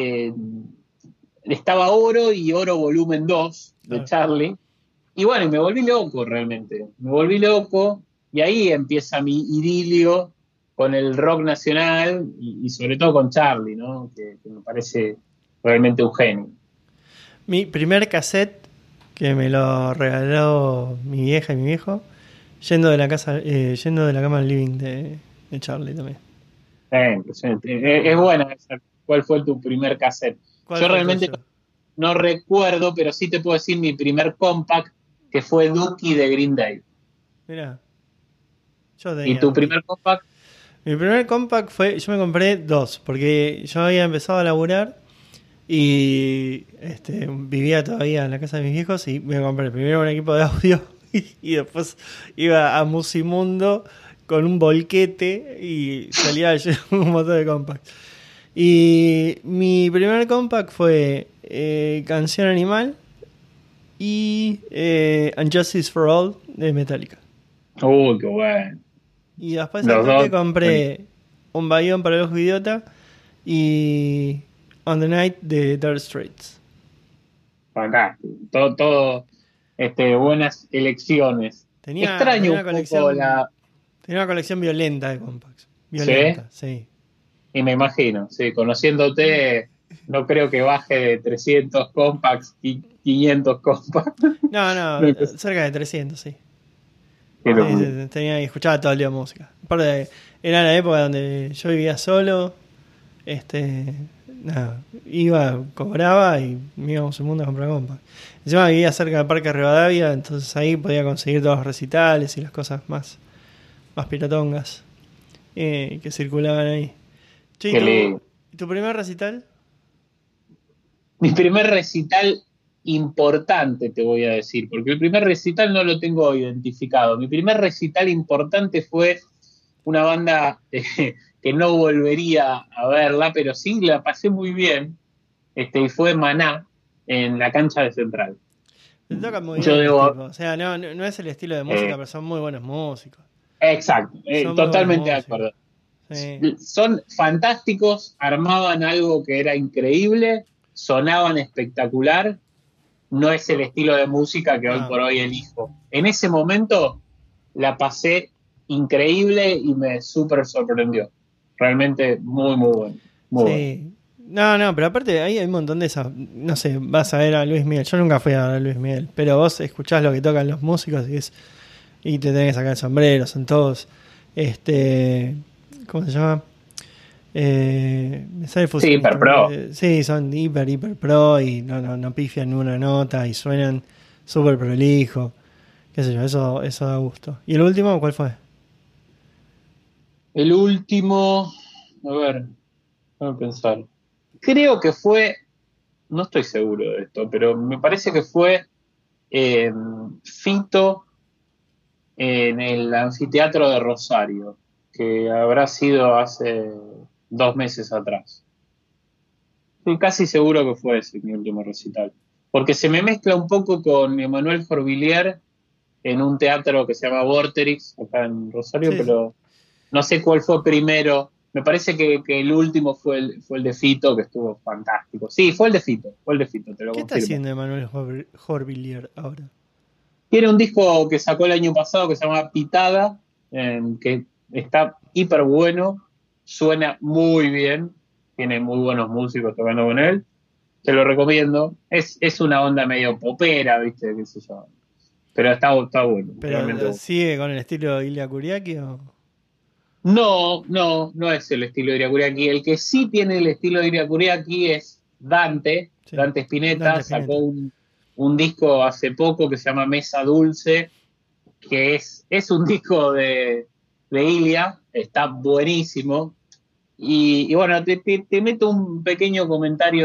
Estaba Oro y Oro Volumen 2 de Claro. Charlie. Y bueno, y me volví loco realmente. Me volví loco y ahí empieza mi idilio con el rock nacional y sobre todo con Charlie, ¿no? Que me parece realmente un genio. Mi primer cassette, que me lo regaló mi vieja y mi viejo, yendo de la cama al living de Charlie también. Impresionante. Es No. buena esa. ¿Cuál fue tu primer cassette? ¿Cuál Yo fue el realmente tuyo? no recuerdo, pero sí te puedo decir mi primer compact, que fue Dookie de Green Day. Mirá, yo ¿Y tenía tu Duki. primer compact? Mi primer compact fue, yo me compré dos, porque yo había empezado a laburar y vivía todavía en la casa de mis viejos y me compré primero un equipo de audio y después iba a Musimundo con un volquete y salía un montón de compacts. Y mi primer compact fue Canción Animal y Unjustice for All de Metallica. Uy, qué bueno. Y después al Los toque dos. Bueno, compré Un Bayón para el Ojo Idiota y On the Night de Dire Straits. fantástico. Todo, buenas elecciones. Tenía Extraño un poco tenía una colección violenta de compacts. ¿sí? Violenta, sí. Y me imagino, sí, conociéndote, no creo que baje de 300 compacts y 500 compacts. No, cerca de 300, sí. Pero Sí, tenía y escuchaba todo el día música. Aparte, era la época donde yo vivía solo. Nada, iba, cobraba y me íbamos al mundo a comprar compas. Encima vivía cerca del Parque Rivadavia, entonces ahí podía conseguir todos los recitales y las cosas más piratongas que circulaban ahí. Che, ¿tu primer recital? Mi primer recital importante, te voy a decir, porque el primer recital no lo tengo identificado. Mi primer recital importante fue una banda que no volvería a verla, pero sí la pasé muy bien, y fue Maná en la cancha de Central. Te tocan muy Yo bien los debo... tipos. O sea, no es el estilo de música, pero son muy buenos músicos. Exacto, Son muy buenos totalmente de músicos. acuerdo. Sí. Son fantásticos, armaban algo que era increíble, sonaban espectacular. No es el estilo de música que hoy por hoy elijo. En ese momento la pasé increíble y me súper sorprendió. Realmente muy, muy bueno. Muy sí. Bueno. No, pero aparte hay un montón de esas. No sé, vas a ver a Luis Miguel. Yo nunca fui a ver a Luis Miguel, pero vos escuchás lo que tocan los músicos y te tenés que sacar el sombrero. Son todos. ¿Cómo se llama? Me sale Sí, hiper pro. Sí, son hiper pro y no pifian una nota y suenan súper prolijo. Qué sé yo, eso da gusto. ¿Y el último cuál fue? El último, a ver, déjame pensar. Creo que fue, no estoy seguro de esto, pero me parece que fue Fito en el anfiteatro de Rosario, que habrá sido hace 2 meses atrás. Estoy casi seguro que fue ese mi último recital. Porque se me mezcla un poco con Emanuel Jorvillier en un teatro que se llama Vorterix, acá en Rosario, Sí, sí. pero no sé cuál fue primero. Me parece que el último fue el de Fito, que estuvo fantástico. Sí, fue el de Fito, te lo ¿Qué está confirmo. haciendo Emanuel Jorvillier ahora? Tiene un disco que sacó el año pasado que se llama Pitada, que está hiper bueno, suena muy bien, tiene muy buenos músicos tocando con él. Te lo recomiendo. Es una onda medio popera, ¿viste? ¿Qué sé yo? Pero está bueno, realmente ¿Pero bueno. sigue con el estilo de Ilya Kuriaki o...? No es el estilo de Iriakuriaki. El que sí tiene el estilo de Iriakuriaki es Dante. Sí, Dante Spinetta Dante sacó Spinetta. un disco hace poco que se llama Mesa Dulce, que es un disco de Ilia, está buenísimo. Y bueno, te meto un pequeño comentario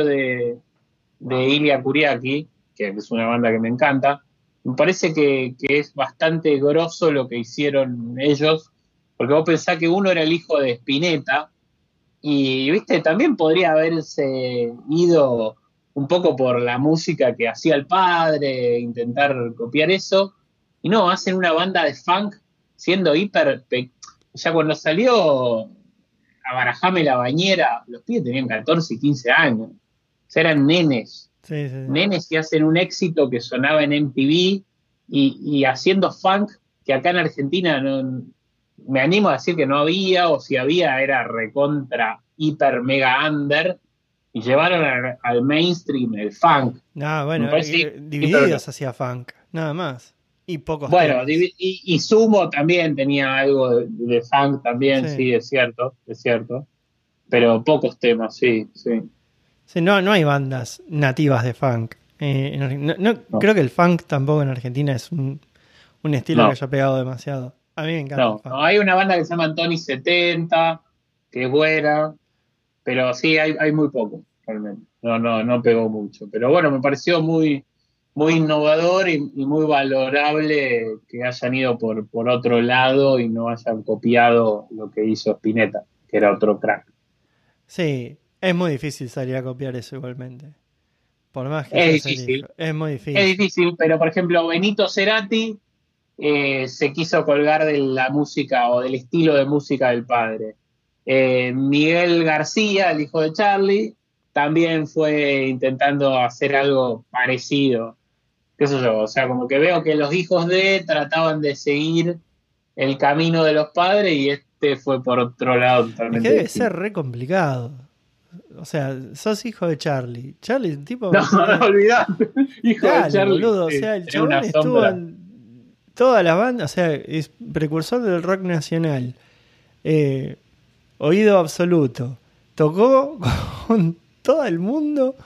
de Ilya Kuriaki, que es una banda que me encanta. Me parece que es bastante grosso lo que hicieron ellos, porque vos pensás que uno era el hijo de Spinetta, y viste, también podría haberse ido un poco por la música que hacía el padre, intentar copiar eso, y no, hacen una banda de funk siendo o sea, cuando salió a Barajame la Bañera, los pibes tenían 14 y 15 años, o sea, eran nenes, Sí, sí, sí. nenes que hacen un éxito que sonaba en MTV y haciendo funk que acá en Argentina no, me animo a decir que no había, o si había era recontra, hiper, mega under, y llevaron al mainstream el funk. No, Me bueno, parece hiper. Divididos hacía funk, nada más. Y pocos Bueno, temas. y Sumo también tenía algo de funk también, Sí. sí, es cierto, pero pocos temas, sí, sí. Sí, no hay bandas nativas de funk. No, Creo que el funk tampoco en Argentina es un estilo que no. haya pegado demasiado. A mí me encanta el No, no, funk. hay una banda que se llama Tony 70, que es buena, pero sí, hay muy poco, realmente. No pegó mucho. Pero bueno, me pareció muy innovador y muy valorable que hayan ido por otro lado y no hayan copiado lo que hizo Spinetta, que era otro crack. Sí, es muy difícil salir a copiar eso igualmente. Por más que Es seas el hijo. difícil, Es muy es difícil. difícil, pero por ejemplo, Benito Cerati se quiso colgar de la música o del estilo de música del padre. Miguel García, el hijo de Charlie, también fue intentando hacer algo parecido. ¿Qué sé yo? O sea, como que veo que los hijos de trataban de seguir el camino de los padres y este fue por otro lado totalmente. Es que debe ser re complicado. O sea, sos hijo de Charlie. Charlie, tipo. No, olvidate. Hijo de Charlie. Boludo. O sea, el chabón estuvo en todas las bandas. O sea, es precursor del rock nacional. Oído absoluto. Tocó con todo el mundo.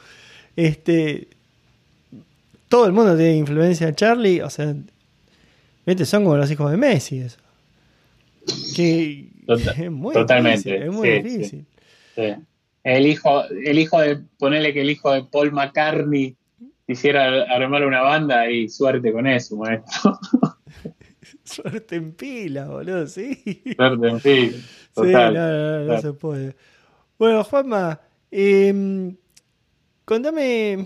Todo el mundo tiene influencia de Charlie. O sea, ¿viste? Son como los hijos de Messi. Eso. Que es muy totalmente. Difícil, es muy difícil. Sí. El hijo de, ponele que el hijo de Paul McCartney quisiera armar una banda y suerte con eso, maestro. Suerte en pila, boludo, sí. Suerte en pila, total. Sí, no se puede. Bueno, Juanma, contame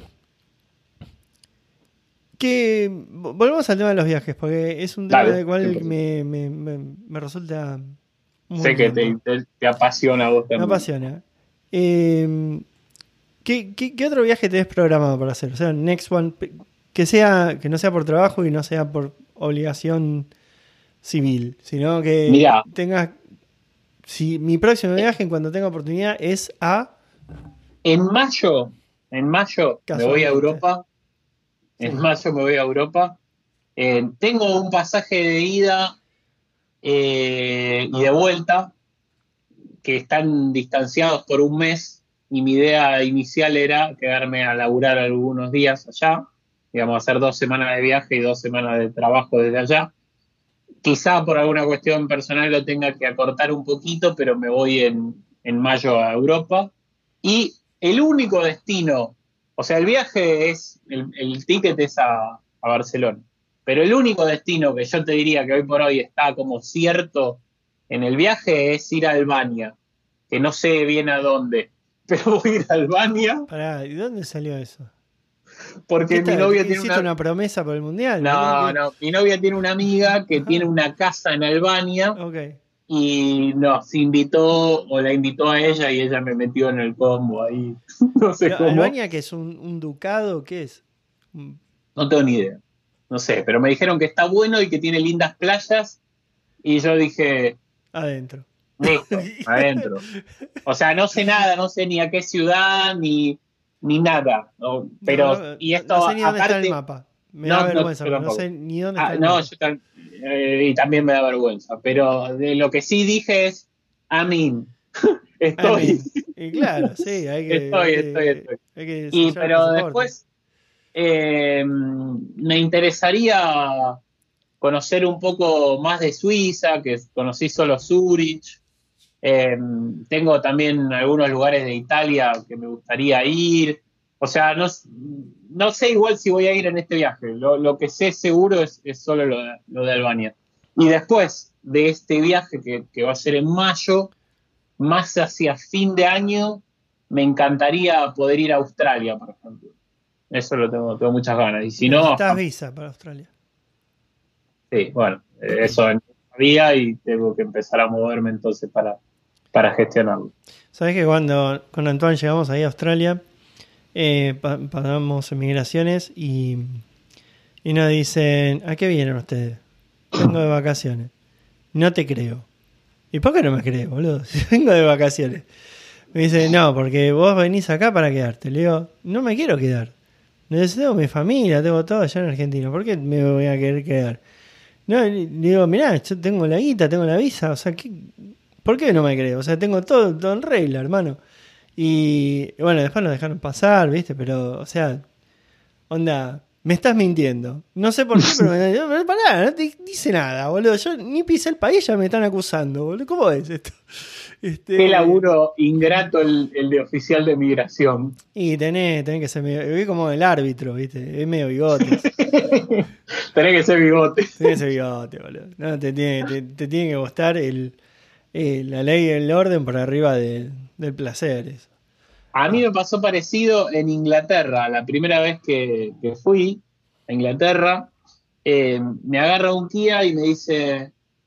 que volvemos al tema de los viajes, porque es un tema del cual me resulta muy sé que te apasiona a vos también. Me apasiona. ¿Qué otro viaje tenés programado para hacer? O sea, next one, que no sea por trabajo y no sea por obligación civil, sino que tengas... Si mi próximo viaje, en cuanto tenga oportunidad, es a... En mayo me voy a Europa. Sí. En mayo me voy a Europa. Tengo un pasaje de ida y de vuelta que están distanciados por un mes, y mi idea inicial era quedarme a laburar algunos días allá, digamos, hacer 2 semanas de viaje y 2 semanas de trabajo desde allá. Quizá por alguna cuestión personal lo tenga que acortar un poquito, pero me voy en mayo a Europa. Y el único destino, o sea, el viaje es, el ticket es a Barcelona, pero el único destino que yo te diría que hoy por hoy está como cierto en el viaje es ir a Albania, que no sé bien a dónde, pero voy a ir a Albania. Pará, ¿y dónde salió eso? Porque mi novia tiene una promesa para el mundial. No, mi novia tiene una amiga que tiene una casa en Albania. Okay. Y se invitó, o la invitó a ella, y ella me metió en el combo ahí. No sé cómo. ¿Albania que es un ducado? ¿Qué es? No tengo ni idea. No sé, pero me dijeron que está bueno y que tiene lindas playas. Y yo dije... Adentro. Listo, adentro. O sea, no sé nada, no sé ni a qué ciudad, ni nada. No, pero, y esto, no sé ni aparte, dónde está el mapa. Me da vergüenza, no sé ni dónde está el mapa. Y también me da vergüenza. Pero de lo que sí dije es, estoy. Y claro, sí, hay que... Estoy. Pero después me interesaría conocer un poco más de Suiza, que conocí solo Zurich. Tengo también algunos lugares de Italia que me gustaría ir. O sea, no sé igual si voy a ir en este viaje. Lo que sé seguro es solo lo de Albania. Y después de este viaje que va a ser en mayo, más hacia fin de año, me encantaría poder ir a Australia, por ejemplo. Eso lo tengo muchas ganas. Y si no... ¿Necesitas visa para Australia? Sí, bueno, eso no sabía y tengo que empezar a moverme entonces para gestionarlo. ¿Sabés que cuando con Antoine llegamos ahí a Australia, pasamos en migraciones y nos dicen, ¿a qué vienen ustedes? Vengo de vacaciones. No te creo. ¿Y por qué no me crees, boludo? Si vengo de vacaciones. Me dice, no, porque vos venís acá para quedarte. Le digo, no me quiero quedar. Tengo mi familia, tengo todo allá en Argentina. ¿Por qué me voy a querer quedar? No, le digo, mirá, yo tengo la guita, tengo la visa. O sea, ¿por qué no me creo? O sea, tengo todo en regla, hermano. Y bueno, después nos dejaron pasar, ¿viste? Pero, o sea, onda, me estás mintiendo. No sé por qué, pero pará, no te dice nada, boludo. Yo ni pisé el país, ya me están acusando, boludo. ¿Cómo es esto? Qué laburo ingrato el de oficial de migración. Y tenés que ser medio, como el árbitro, ¿viste? Es medio bigote. Tenés que ser bigote. Tenés que ser bigote, boludo. No, te tiene que gustar la ley y el orden por arriba del placer. Eso. A mí me pasó parecido en Inglaterra. La primera vez que fui a Inglaterra, me agarra un guía y me dice,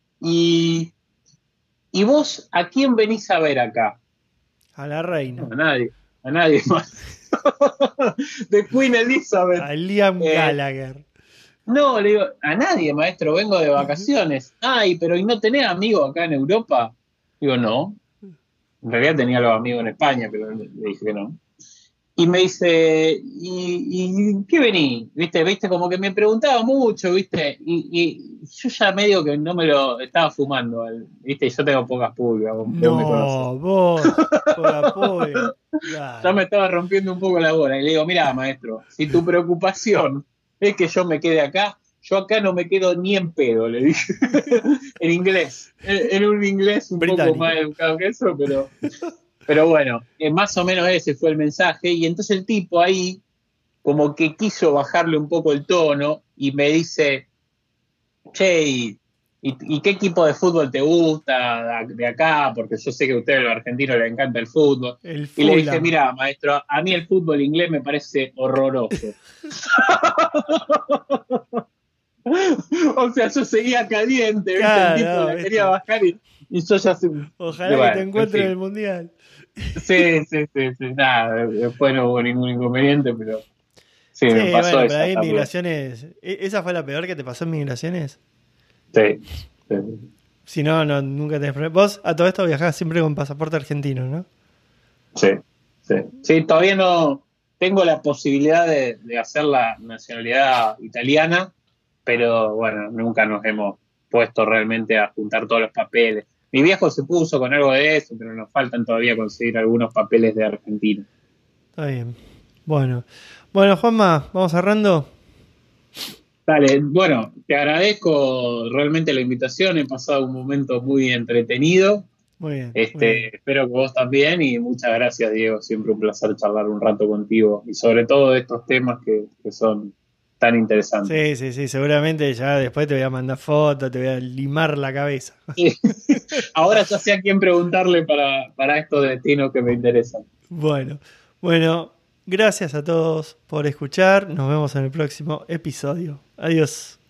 ¿y vos a quién venís a ver acá? A la reina. No, a nadie más. De Queen Elizabeth. A Liam Gallagher. No, le digo, a nadie, maestro, vengo de vacaciones. Ay, pero ¿y no tenés amigos acá en Europa? Digo, no. En realidad tenía los amigos en España, pero le dije que no. Y me dice, ¿y qué vení? ¿Viste? Como que me preguntaba mucho, ¿viste? Y yo ya medio que no me lo estaba fumando, ¿viste? Y yo tengo pocas pulgas, vos me conocés. No, vos, poca pobre. Ya me estaba rompiendo un poco la bola. Y le digo, mira, maestro, si tu preocupación es que yo me quede acá, yo acá no me quedo ni en pedo, le dije. En inglés. En un inglés un Británico. poco más educado que eso, pero bueno, más o menos ese fue el mensaje. Y entonces el tipo ahí como que quiso bajarle un poco el tono y me dice, che, ¿y qué equipo de fútbol te gusta de acá? Porque yo sé que a ustedes los argentinos les encanta el fútbol. El Y le dije, Fulham. mira, maestro, a mí el fútbol inglés me parece horroroso. O sea, yo seguía caliente, ¿viste? Claro, El tipo no, la ¿viste? quería bajar y yo ya se... Ojalá que te Bueno, en encuentres en fin. el mundial. Sí. Nada, después no hubo ningún inconveniente, pero sí, Sí, me pasó bueno, pero esa ahí también. migraciones. ¿Esa fue la peor que te pasó en migraciones? Sí. Si no, nunca tenés problema. Vos a todo esto viajás siempre con pasaporte argentino, ¿no? Sí, sí. Sí, todavía no tengo la posibilidad de hacer la nacionalidad italiana, pero bueno, nunca nos hemos puesto realmente a juntar todos los papeles. Mi viejo se puso con algo de eso, pero nos faltan todavía conseguir algunos papeles de Argentina. Está bien. Bueno. Bueno, Juanma, vamos cerrando. Dale, bueno, te agradezco realmente la invitación, he pasado un momento muy entretenido. Muy bien, muy bien. Espero que vos también y muchas gracias, Diego. Siempre un placer charlar un rato contigo y sobre todo de estos temas que son tan interesantes. Sí, seguramente ya después te voy a mandar fotos, te voy a limar la cabeza. Sí. Ahora ya sé a quién preguntarle para estos destinos que me interesan. Bueno, gracias a todos por escuchar. Nos vemos en el próximo episodio. Adiós.